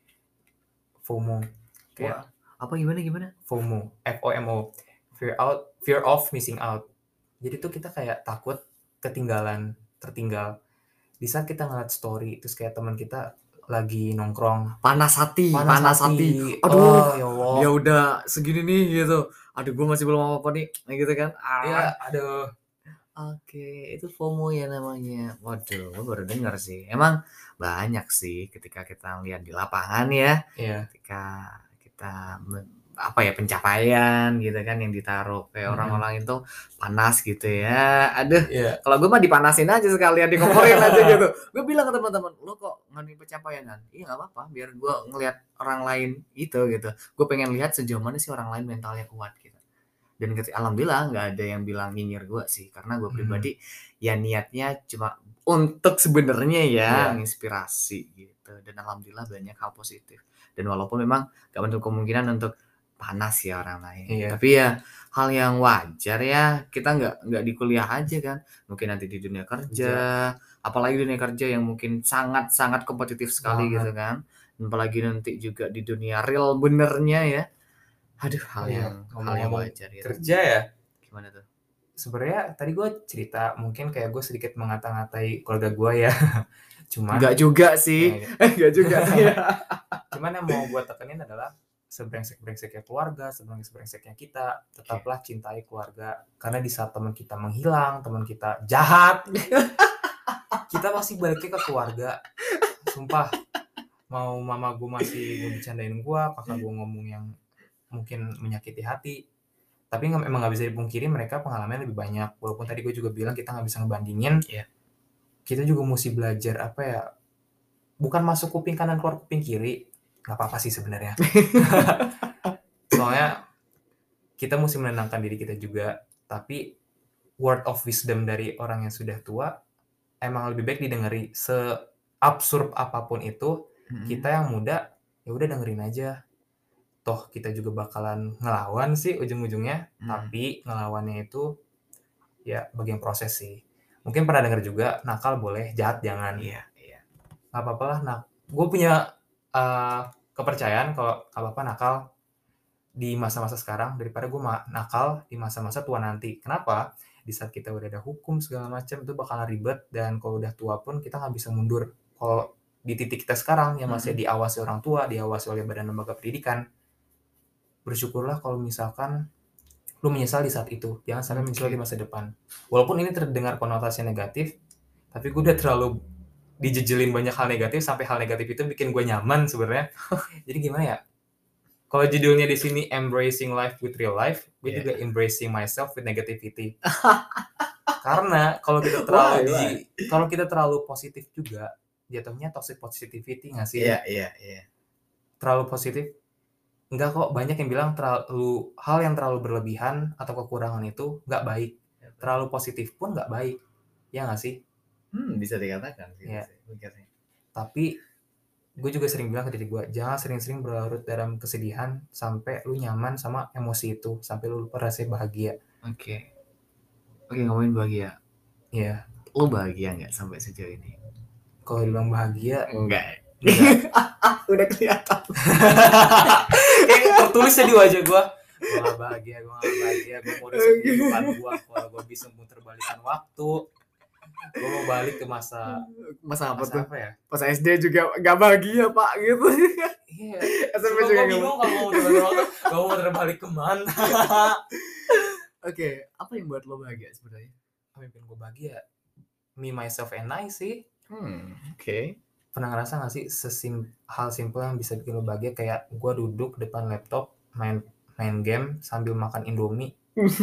FOMO. Kayak Wah, apa gimana gimana? FOMO, FOMO, fear of missing out. Jadi tuh kita kayak takut tertinggal. Di saat kita ngeliat story, terus kayak teman kita lagi nongkrong, panas Panas hati, hati, aduh, oh ya Allah, dia udah segini nih, gitu. Aduh, gua masih belum apa-apa nih, gitu kan. ya Ah, aduh, Oke, itu FOMO ya namanya. Waduh, gue baru dengar sih. Emang banyak sih ketika kita lihat di lapangan ya, Iya, ketika kita apa ya pencapaian gitu kan yang ditaruh kayak mhm, orang-orang itu panas gitu ya. Aduh, iya. kalau gue mah dipanasin aja sekalian dikomporin aja gitu. Gue bilang ke teman-teman, lo kok ngomongin pencapaian kan? Iya nggak apa-apa, biar gue ngelihat orang lain itu gitu. Gue pengen lihat sejauh mana sih orang lain mentalnya kuat gitu. Dan alhamdulillah nggak ada yang bilang nyinyir gue sih, karena gue Mhm, pribadi ya niatnya cuma untuk sebenarnya ya iya, nginspirasi gitu, dan alhamdulillah banyak hal positif. Dan walaupun memang gak menutup kemungkinan untuk panas ya orang lain, iya, tapi ya hal yang wajar ya, kita nggak di kuliah aja kan, mungkin nanti di dunia kerja, kerja apalagi dunia kerja yang mungkin sangat-sangat kompetitif sekali banget. gitu kan, dan apalagi nanti juga di dunia real benernya ya. Aduh, Oh hal iya, yang ngomong-ngomong wajar gitu. kerja ya, Gimana tuh? sebenarnya tadi gue cerita mungkin kayak gue sedikit mengata-ngatai keluarga gue ya. Enggak Cuman juga sih, ya enggak juga sih ya. cuman yang mau gue tekenin adalah sebrengsek-brengseknya keluarga, sebrengsek-brengseknya kita, Oke. tetaplah cintai keluarga. Karena di saat teman kita menghilang, teman kita jahat, kita pasti baliknya ke keluarga. Sumpah, mau mama gue masih ngebecandain gue, kakak gue ngomong yang mungkin menyakiti hati, tapi emang nggak bisa dipungkiri mereka pengalaman lebih banyak. Walaupun tadi gue juga bilang kita nggak bisa ngebandingin, Iya. kita juga mesti belajar apa ya, bukan masuk kuping kanan keluar kuping kiri, nggak apa-apa sih sebenarnya. Soalnya kita mesti menenangkan diri kita juga, tapi word of wisdom dari orang yang sudah tua emang lebih baik didengeri. Seabsurd apapun itu, Mhm, kita yang muda ya udah dengerin aja. Toh kita juga bakalan ngelawan sih ujung-ujungnya, mhm. tapi ngelawannya itu ya bagian proses sih. Mungkin pernah denger juga, nakal boleh, jahat jangan. Iya iya. Nggak apa-apa lah, gue punya kepercayaan kalau nggak apa-apa nakal di masa-masa sekarang daripada gue nakal di masa-masa tua nanti. Kenapa? Di saat kita udah ada hukum segala macam itu bakalan ribet dan kalau udah tua pun kita nggak bisa mundur. Kalau di titik kita sekarang yang masih Mhm. diawasi orang tua, diawasi oleh badan lembaga pendidikan, bersyukurlah kalau misalkan lu menyesal di saat itu. Jangan sampai menyesal di Oke. masa depan. Walaupun ini terdengar konotasinya negatif, tapi gue udah terlalu dijejelin banyak hal negatif sampai hal negatif itu bikin gue nyaman sebenarnya. Jadi gimana ya? Kalau judulnya di sini Embracing Life with Real Life, gue Iya. juga embracing myself with negativity. Karena Why why? kalau kita terlalu positif juga, jatuhnya toxic positivity nggak sih? Iya iya iya. Terlalu positif, enggak kok. Banyak yang bilang hal yang terlalu berlebihan atau kekurangan itu nggak baik. Terlalu positif pun nggak baik, ya nggak sih? Bisa dikatakan gitu Ya, sih mikirnya. tapi gue juga sering bilang ke diri gue, jangan sering-sering berlarut dalam kesedihan sampai lu nyaman sama emosi itu, sampai lu lupa rasanya bahagia. Oke. Oke, ngomongin bahagia. Ya, Lu bahagia nggak sampai sejauh ini? kalau dibilang bahagia, Enggak. enggak. Udah kelihatan. Kayak tertulisnya di wajah gue gak bahagia, gue gak bahagia, gue mau reset kehidupan gue. Kalau gue bisa muter balikan waktu, gue mau balik ke Masa apa tuh? masa apa ya, Pas SD juga nggak bahagia, Pak, gitu. iya, SMP sumpah juga gue nggak bingung kalau mau muter balik waktu, gue mau muter balik kemana. Oke, apa yang buat lo bahagia sebenarnya? Apa yang bikin gue bahagia? Me, myself, and I sih. Oke. Pernah ngerasa gak sih hal simple yang bisa bikin lo bahagia, kayak gue duduk depan laptop main game sambil makan Indomie,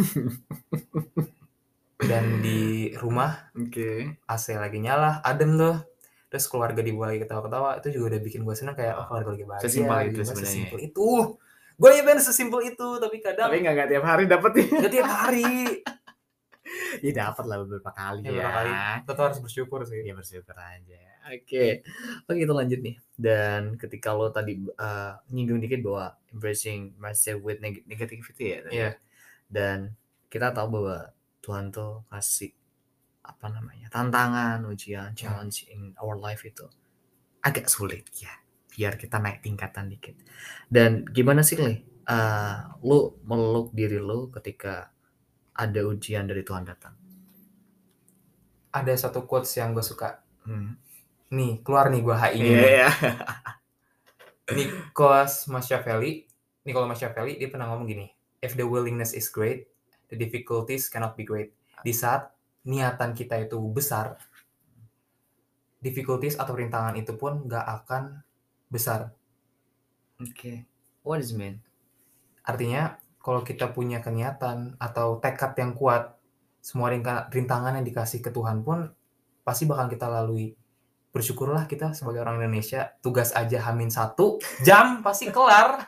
dan di rumah Oke. AC lagi nyala, adem tuh. Terus keluarga di bawah lagi ketawa-ketawa, itu juga udah bikin gue seneng, kayak oh Oh, keluarga lagi bahagia, sesimpel di itu rumah sebenarnya sesimpel ya? itu. Gue ya ben sesimpel itu, tapi Tapi kadang nggak tiap hari dapetnya. gak tiap hari. Ya dapat lah beberapa Ya kali berapa kali, ya. tetap harus bersyukur sih. Ya bersyukur aja. Oke. Oke, kita lanjut nih. Dan ketika lo tadi, nyinggung dikit bahwa embracing myself with negativity ya tadi ya? Iya, Dan kita tahu bahwa Tuhan tuh kasih, apa namanya, tantangan, ujian, nah, challenge in our life itu agak sulit ya, biar kita naik tingkatan dikit. Dan gimana sih, Le, lu meluk diri lu ketika ada ujian dari Tuhan datang? ada satu quotes yang gue suka. Hmm. Nih, keluar nih gue HI-nya Iya nih. iya. Nicolas Machiavelli, dia pernah ngomong gini, if the willingness is great, the difficulties cannot be great. Di saat niatan kita itu besar, difficulties atau rintangan itu pun nggak akan besar. Oke. What does it mean? Artinya, kalau kita punya keniatan atau tekad yang kuat, semua rintangan yang dikasih ke Tuhan pun pasti bakal kita lalui. Bersyukurlah kita sebagai orang Indonesia, tugas aja H-1 jam pasti kelar.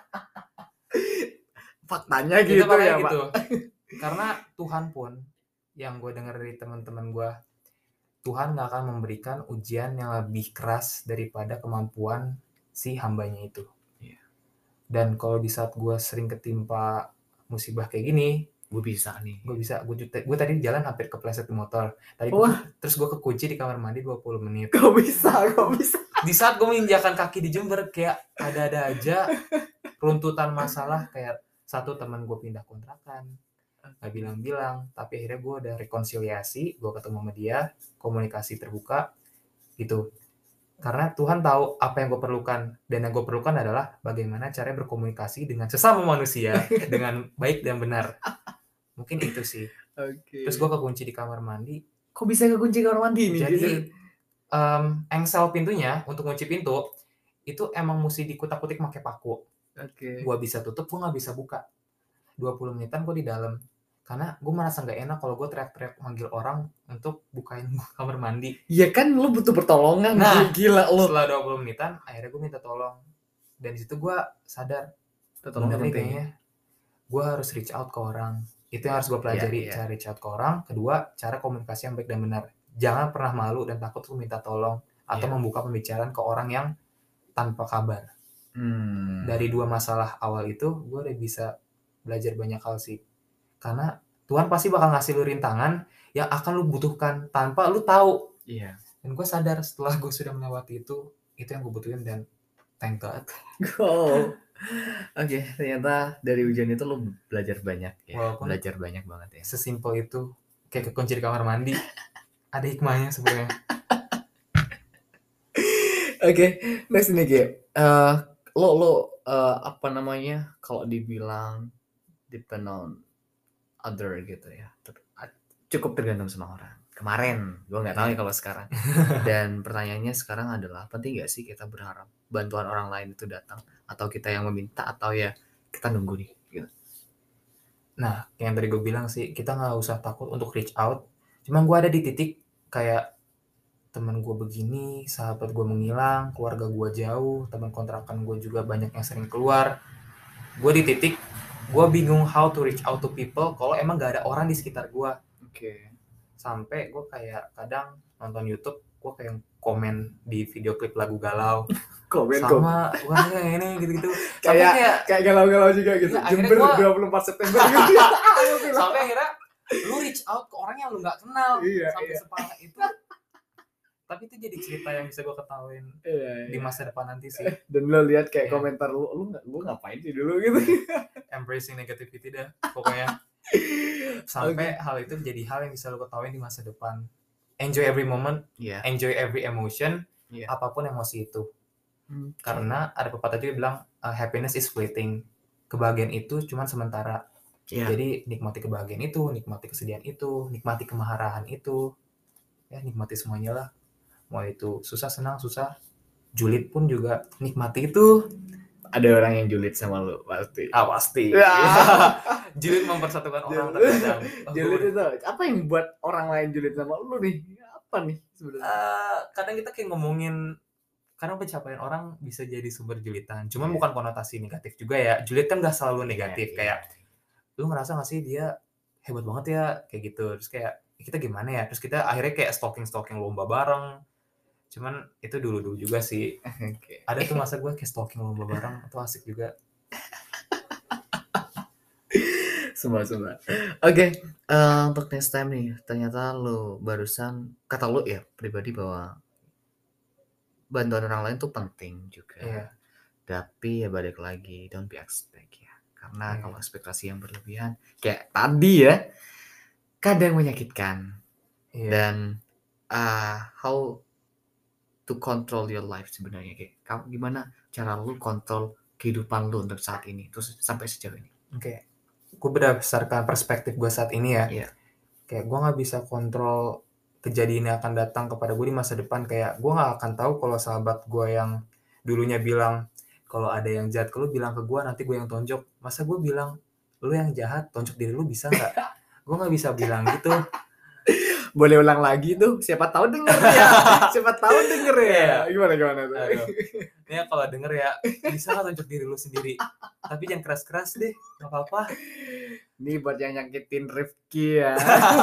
Faktanya Itu gitu makanya ya, Pak. gitu. Karena Tuhan pun, yang gue dengar dari teman-teman gue, Tuhan gak akan memberikan ujian yang lebih keras daripada kemampuan si hambanya itu. Iya. Dan kalau di saat gue sering ketimpa musibah kayak gini, Gue bisa nih. gue tadi jalan hampir kepleset di motor. Terus gue kekunci di kamar mandi 20 menit. Kok bisa? Di saat gue menginjakan kaki di Jember, kayak ada aja runtutan masalah. Kayak satu teman gue pindah kontrakan, gak bilang-bilang, tapi akhirnya gue udah rekonsiliasi, gue ketemu sama dia, komunikasi terbuka gitu. Karena Tuhan tahu apa yang gue perlukan, dan yang gue perlukan adalah bagaimana caranya berkomunikasi dengan sesama manusia dengan baik dan benar. Mungkin itu sih. Oke. Terus gue kekunci di kamar mandi. Kok bisa kekunci kamar mandi nih? Jadi engsel pintunya untuk kunci pintu itu emang mesti dikutak-kutik pakai paku. Oke. Gue bisa tutup, gue nggak bisa buka. 20 menitan gue di dalam. Karena gue merasa nggak enak kalau gue teriak-teriak manggil orang untuk bukain kamar mandi. Iya kan, lu butuh pertolongan. Nah, gila lu. Setelah 20 menitan, akhirnya gue minta tolong. Dan di situ gue sadar, Tolong bener nih penting. kayaknya gue harus reach out ke orang. Itu yang harus gue pelajari, Iya. cara reach out ke orang. Kedua, cara komunikasi yang baik dan benar. Jangan pernah malu dan takut lu minta tolong atau membuka pembicaraan ke orang yang tanpa kabar. Dari 2 masalah awal itu, gue udah bisa belajar banyak hal sih. Karena Tuhan pasti bakal ngasih lu rintangan yang akan lu butuhkan tanpa lu tahu. Iya. Dan gue sadar setelah gue sudah melewati itu yang gue butuhin, dan thank God. Oh. Oke, ternyata dari ujian itu lu belajar banyak ya. Walaupun belajar banyak banget ya. Sesimpel itu, kayak kekunci di kamar mandi. Ada hikmahnya sebenarnya. Oke, next nih Ki. Lo apa namanya, kalau dibilang depend on other gitu ya, cukup tergantung sama orang. Kemarin, gue nggak tahu ya kalau sekarang. Dan pertanyaannya sekarang adalah, penting nggak sih kita berharap bantuan orang lain itu datang, atau kita yang meminta, atau ya kita nunggu nih gitu. Nah, yang tadi gue bilang sih, kita nggak usah takut untuk reach out. Cuman gue ada di titik kayak teman gue begini, sahabat gue menghilang, keluarga gue jauh, teman kontrakan gue juga banyak yang sering keluar. Gue di titik gue bingung how to reach out to people kalau emang gak ada orang di sekitar gue. Oke. Sampai gue kayak kadang nonton YouTube, gue kayak komen di video klip lagu galau. Komen sama wah ini gitu-gitu. Kayak galau-galau juga gitu. Ya, Jember 24 September gitu. Sampai akhirnya lu reach out ke orang yang lu nggak kenal. Sampai separah itu. Tapi itu jadi cerita yang bisa gue ketahuin di masa depan nanti sih. Dan lo lihat kayak komentar lu ngapain sih dulu gitu. Embracing negativity dah pokoknya. Sampai hal itu menjadi hal yang bisa lo ketahuin di masa depan. Enjoy every moment, enjoy every emotion, apapun emosi itu. Karena ada pepatah juga bilang happiness is fleeting. Kebahagiaan itu cuma sementara. Jadi nikmati kebahagiaan itu, nikmati kesedihan itu, nikmati kemarahan itu. Ya nikmati semuanya lah. Mau itu susah, senang, susah, julid pun juga nikmati itu. Ada orang yang julid sama lu pasti. Pasti. Julid mempersatukan orang terkadang. Julid itu apa yang buat orang lain julid sama lu nih? Apa nih sebenarnya? Kadang kita kayak ngomongin, kadang pencapaian orang bisa jadi sumber julitan. Cuman bukan konotasi negatif juga ya. Julid kan gak selalu negatif. Kayak lu ngerasa gak sih dia hebat banget ya kayak gitu. Terus kayak kita gimana ya? Terus kita akhirnya kayak stalking lomba bareng. Cuman itu dulu juga sih. Ada tuh masa gue kayak stalking lomba bareng, itu asik juga. Sumpah. Oke, untuk next time nih, ternyata lu barusan kata lu ya pribadi bahwa bantuan orang lain tuh penting juga. Tapi ya balik lagi, don't be expect ya. Karena kalau ekspektasi yang berlebihan kayak tadi ya, kadang menyakitkan. Dan how to control your life sebenarnya, kayak gimana cara lu kontrol kehidupan lu untuk saat ini terus sampai sejauh ini. Gue berdasarkan perspektif gue saat ini ya. Kayak gue nggak bisa kontrol kejadian yang akan datang kepada gue di masa depan. Kayak gue nggak akan tahu kalau sahabat gue yang dulunya bilang kalau ada yang jahat ke lu bilang ke gue, nanti gue yang tonjok. Masa gue bilang lu yang jahat, tonjok diri lu, bisa nggak? Gue nggak bisa bilang gitu. Boleh ulang lagi tuh, siapa tahu denger ya. Siapa tahu denger ya. Gimana tuh? Aduh. Ini ya kalau denger ya, bisa nggak tonjok diri lu sendiri? Tapi jangan keras-keras deh, nggak apa-apa. Ini buat yang nyakitin Rifki ya.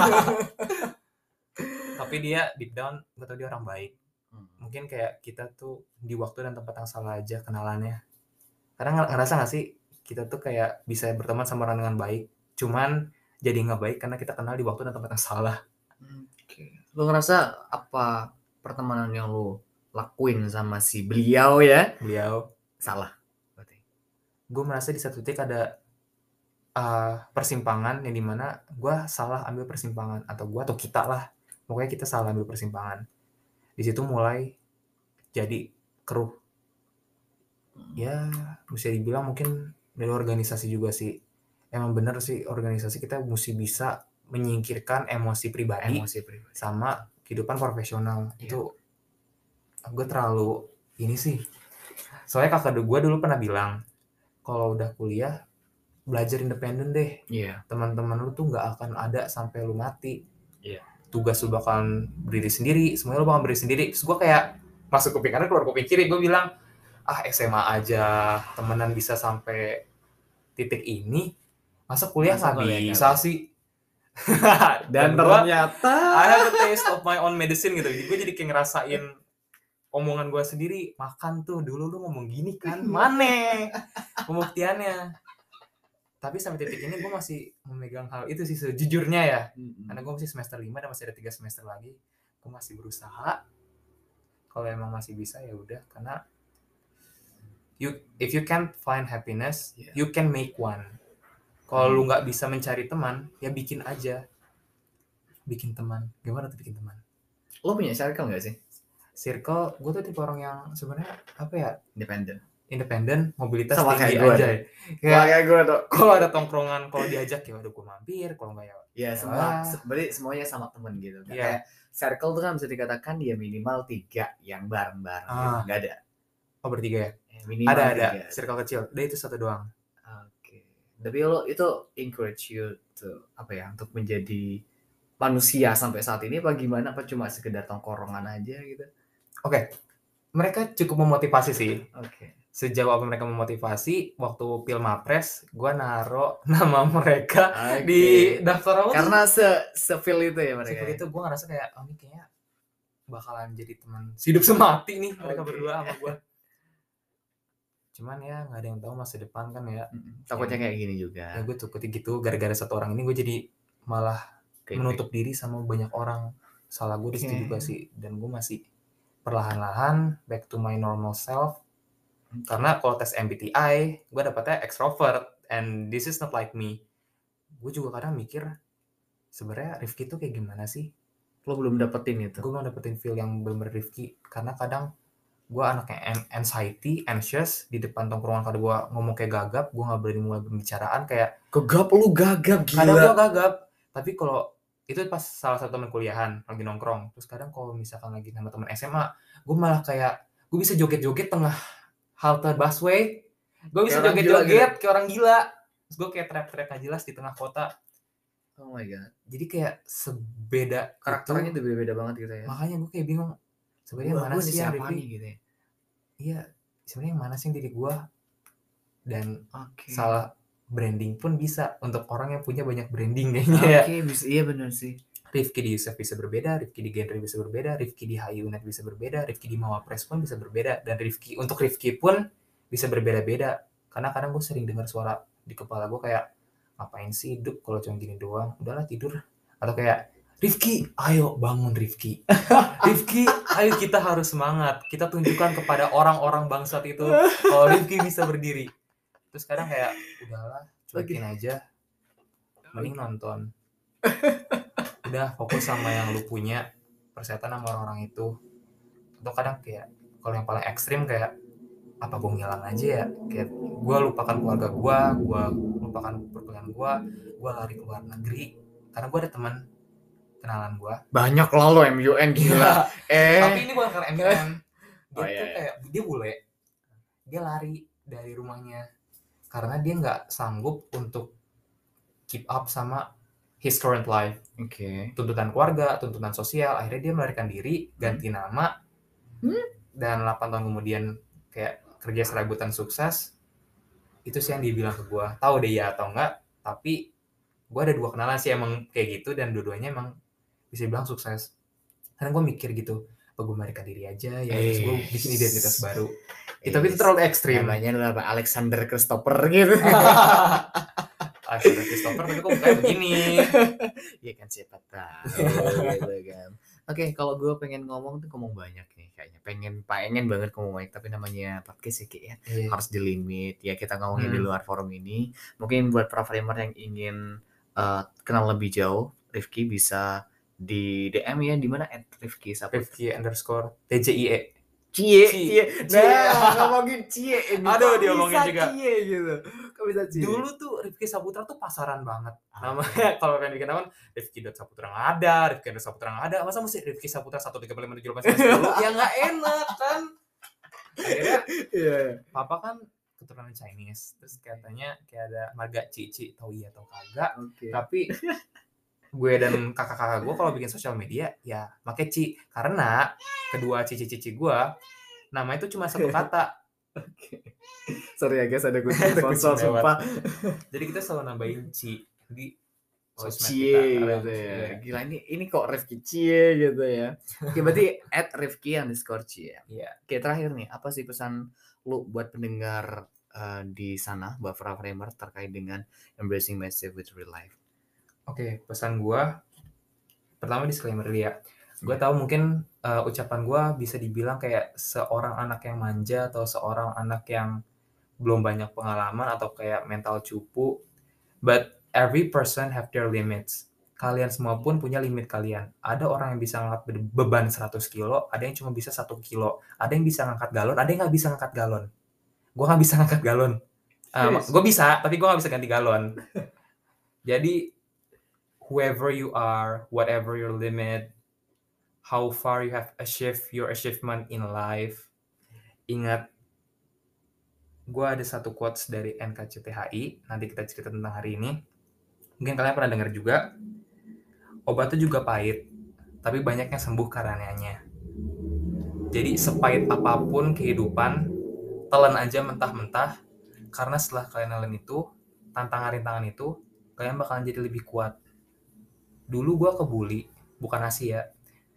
Tapi dia deep down, gue tau dia orang baik. Mungkin kayak kita tuh di waktu dan tempat yang salah aja kenalannya. Karena ngerasa gak sih, kita tuh kayak bisa berteman sama orang dengan baik, cuman jadi nggak baik karena kita kenal di waktu dan tempat yang salah. Oke. Lu ngerasa apa pertemanan yang lu lakuin sama si beliau ya? Beliau, Salah berarti. gue merasa di satu titik ada persimpangan yang dimana gue salah ambil persimpangan, atau gue atau kita lah, pokoknya kita salah ambil persimpangan. Di situ mulai jadi keruh. Ya bisa dibilang mungkin dari organisasi juga sih. Emang bener sih, organisasi kita mesti bisa menyingkirkan emosi pribadi sama kehidupan profesional. Iya. Itu gue terlalu ini sih. Soalnya kakak gue dulu pernah bilang, kalau udah kuliah belajar independen deh. Iya. Teman-teman lu tuh nggak akan ada sampai lu mati. Iya. Tugas lu bakalan berdiri sendiri, semuanya lu bakal berdiri sendiri. Terus gue kayak masuk kuping kanan keluar kuping kiri, gue bilang, SMA aja temenan bisa sampai titik ini, masa kuliah nggak bisa sih? Dan gua, ternyata I have a taste of my own medicine gitu. Gue jadi kayak ngerasain omongan gue sendiri. Makan tuh, dulu lu ngomong gini kan, mana pembuktiannya. Tapi sampai titik ini gue masih memegang hal itu sih sejujurnya ya. Karena gue masih semester 5 dan masih ada 3 semester lagi. Gue masih berusaha. Kalau emang masih bisa ya udah, karena if you can't find happiness, you can make one. Kalau lu nggak bisa mencari teman, ya bikin aja. Bikin teman. Gimana tuh bikin teman? Lo punya circle nggak sih? Circle, gue tuh tipe orang yang sebenarnya apa ya? Independen, mobilitas sama tinggi kayak aja. Kayak gue tuh. Kalau ada tongkrongan, kalau diajak ya udah gue mampir, kalau nggak ya. Ya semua, berarti semuanya sama temen gitu. Kayak circle tuh kan bisa dikatakan dia minimal 3 yang bareng-bareng. Gitu. Nggak ada. Oh, bertiga ya? Minimal ada. Circle kecil. Udah itu satu doang. Oke. Tapi lo itu encourage you to apa ya, untuk menjadi manusia sampai saat ini apa gimana? Apa cuma sekedar tongkrongan aja gitu? Oke. Mereka cukup memotivasi sih. Oke. Sejauh apa mereka memotivasi, waktu Pilmapres gue naro nama mereka di daftar awal. Karena se-feel itu ya mereka. Se-feel itu gue ngerasa kayak, oh ini kayaknya bakalan jadi teman hidup semati nih mereka berdua sama gue. Cuman ya nggak ada yang tahu masa depan kan ya. Takutnya kayak gini juga. Ya gue takut gitu, gara-gara satu orang ini gue jadi malah menutup diri sama banyak orang. Salah gue di situ juga sih, dan gue masih perlahan-lahan back to my normal self. Karena kalau tes MBTI, gue dapetnya extrovert, and this is not like me. Gue juga kadang mikir, sebenarnya Rifki tuh kayak gimana sih? Lo belum dapetin itu? Gue belum dapetin feel yang bener-bener Rifki, karena kadang gue anaknya anxious, di depan tongkrongan kadang gue ngomong kayak gagap, gue gak berani mulai pembicaraan, kayak lu gagap, gila. Kadang gue gagap, tapi kalau itu pas salah satu teman kuliahan, lagi nongkrong. Terus kadang kalau misalkan lagi sama teman SMA, gue malah kayak, gue bisa joget-joget tengah halte busway, gue bisa joget-joget kayak orang gila. Terus gue kayak teriak-teriak gak jelas di tengah kota. Oh my god. Jadi kayak sebeda karakternya itu beda-beda banget gitu ya. Makanya gue kayak bingung, sebenarnya mana sih yang Rifki gitu ya. Iya, sebenarnya mana sih diri gue? Dan salah branding pun bisa untuk orang yang punya banyak branding kayaknya. Iya benar sih. Rifki di Yusuf bisa berbeda, Rifki di Genre bisa berbeda, Rifki di HiUnet bisa berbeda, Rifki di Mawapres pun bisa berbeda, dan untuk Rifki pun bisa berbeda-beda. Karena kadang gue sering dengar suara di kepala gue kayak, ngapain sih hidup kalau cuma gini doang, udahlah tidur. Atau kayak, Rifki, ayo bangun Rifki. Rifki, ayo kita harus semangat. Kita tunjukkan kepada orang-orang bangsat itu kalau Rifki bisa berdiri. Terus kadang kayak, udahlah, cuekin aja. Mending nonton. Udah fokus sama yang lu punya, persetan sama orang-orang itu. Atau kadang kayak, kalau yang paling ekstrim kayak, apa gue ngilang aja ya? Kayak, gue lupakan keluarga gue lupakan perkuliahan gue lari ke luar negeri. Karena gue ada teman kenalan gue. Banyak lah lo MUN gila. Tapi ini bukan karena MUN. Dia Oh, iya, tuh iya. kayak dia bule. Dia lari dari rumahnya karena dia nggak sanggup untuk keep up sama his current life. Oke. Tuntutan keluarga, tuntutan sosial, akhirnya dia melarikan diri, ganti nama, dan 8 tahun kemudian kayak kerja serabutan sukses. Itu sih yang dia bilang ke gue. Tahu deh ya atau enggak, tapi gue ada 2 kenalan sih emang kayak gitu, dan dua-duanya emang bisa dibilang sukses. Karena gue mikir gitu, apa gue melarikan diri aja ya, terus gue bikin identitas baru. Tapi itu terlalu ekstrim. Namanya apa? Alexander Christopher gitu. Alexander Christopher, tapi kok mukanya begini. Iya kan, siapa tahu gitu kan. Oke, kalau gue pengen ngomong tuh ngomong banyak nih kayaknya. Pengen banget ngomong banyak, tapi namanya podcast ya, Ki, ya. Harus di limit. Ya kita ngomongin di luar forum ini. Mungkin buat para framer yang ingin kenal lebih jauh, Rifki bisa di DM ya, di mana @rifki_saputra. Rifki_TJIE. Cie. Nah, ngomongin Cie ini. Aduh, dia ngomongin juga. Cie gitu. Kok bisa Cie? Dulu tuh Rifki Saputra tuh pasaran banget. Namanya kalau pengen bikin akun Rifki.Saputra nggak ada, Rifki.Saputra nggak ada. Masa mesti Rifki Saputra 135578910? Ya nggak enak kan. Akhirnya papa kan keturunan Chinese, terus katanya kayak ada marga Cici, tahu iya atau kagak. Tapi gue dan kakak-kakak gue kalau bikin sosial media ya pakai Ci, karena kedua cici-cici gue nama itu cuma satu kata. Sorry ya guys, ada kucing sponsor sumpah. Jadi kita selalu nambahin Ci di Cie gitu ya. Gila, ini kok Rifki Cie gitu ya. Oke, berarti @rifki_cie. Iya. Oke, terakhir nih, apa sih pesan lu buat pendengar di sana, buat para framer terkait dengan embracing massive with real life? Oke, pesan gue pertama disclaimer dia. Gue tahu mungkin ucapan gue bisa dibilang kayak seorang anak yang manja atau seorang anak yang belum banyak pengalaman atau kayak mental cupu. But every person have their limits. Kalian semua pun punya limit kalian. Ada orang yang bisa ngangkat beban 100 kilo, ada yang cuma bisa 1 kilo. Ada yang bisa ngangkat galon, ada yang nggak bisa ngangkat galon. Gue nggak bisa ngangkat galon. Gue bisa, tapi gue nggak bisa ganti galon. Jadi, whoever you are, whatever your limit, how far you have achieved your achievement in life, ingat, gue ada satu quotes dari NKCTHI, nanti kita cerita tentang hari ini. Mungkin kalian pernah dengar juga, obat itu juga pahit, tapi banyak yang sembuh karenanya. Jadi sepahit apapun kehidupan, telan aja mentah-mentah, karena setelah kalian telan itu, tantangan-rintangan itu, kalian bakalan jadi lebih kuat. Dulu gue kebuli, bukan Asia,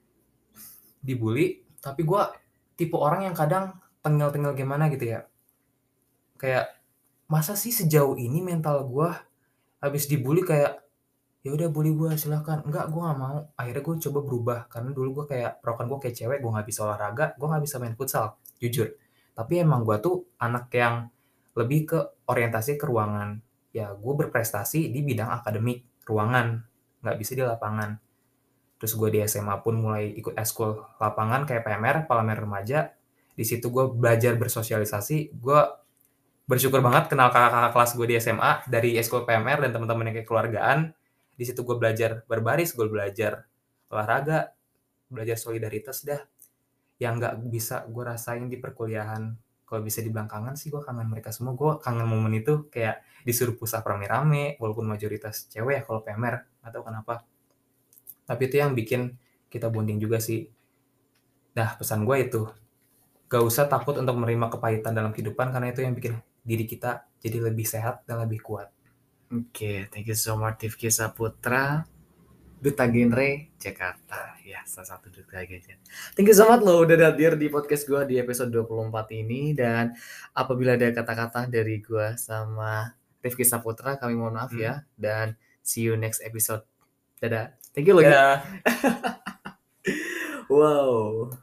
dibully, tapi gue tipe orang yang kadang tengil-tengil gimana gitu ya. Kayak, masa sih sejauh ini mental gue habis dibully kayak, ya udah bully gue silahkan. Enggak, gue nggak mau. Akhirnya gue coba berubah, karena dulu gue kayak perawakan gue kayak cewek, gue nggak bisa olahraga, gue nggak bisa main futsal, jujur. Tapi emang gue tuh anak yang lebih ke orientasi ke ruangan. Ya gue berprestasi di bidang akademik ruangan, nggak bisa di lapangan. Terus gue di SMA pun mulai ikut eskul lapangan kayak PMR, Parlemen Remaja. Di situ gue belajar bersosialisasi. Gue bersyukur banget kenal kakak-kakak kelas gue di SMA dari eskul PMR dan teman-teman yang kayak keluargaan. Di situ gue belajar berbaris, gue belajar olahraga, belajar solidaritas dah. Yang nggak bisa gue rasain di perkuliahan. Kalau bisa dibilang kangen sih, gue kangen mereka semua. Gue kangen momen itu kayak disuruh push-up rame-rame, walaupun mayoritas cewek ya kalau PMR, nggak tahu kenapa. Tapi itu yang bikin kita bonding juga sih. Nah, pesan gue itu, gak usah takut untuk menerima kepahitan dalam kehidupan, karena itu yang bikin diri kita jadi lebih sehat dan lebih kuat. Oke, thank you so much Rifki Saputra, Duta Genre Jakarta. Ya, salah satu duta genre. Thank you so much lo udah hadir di podcast gue di episode 24 ini. Dan apabila ada kata-kata dari gue sama Rifki Saputra, kami mohon maaf ya. Dan see you next episode. Dadah. Thank you lo. Dadah. Wow.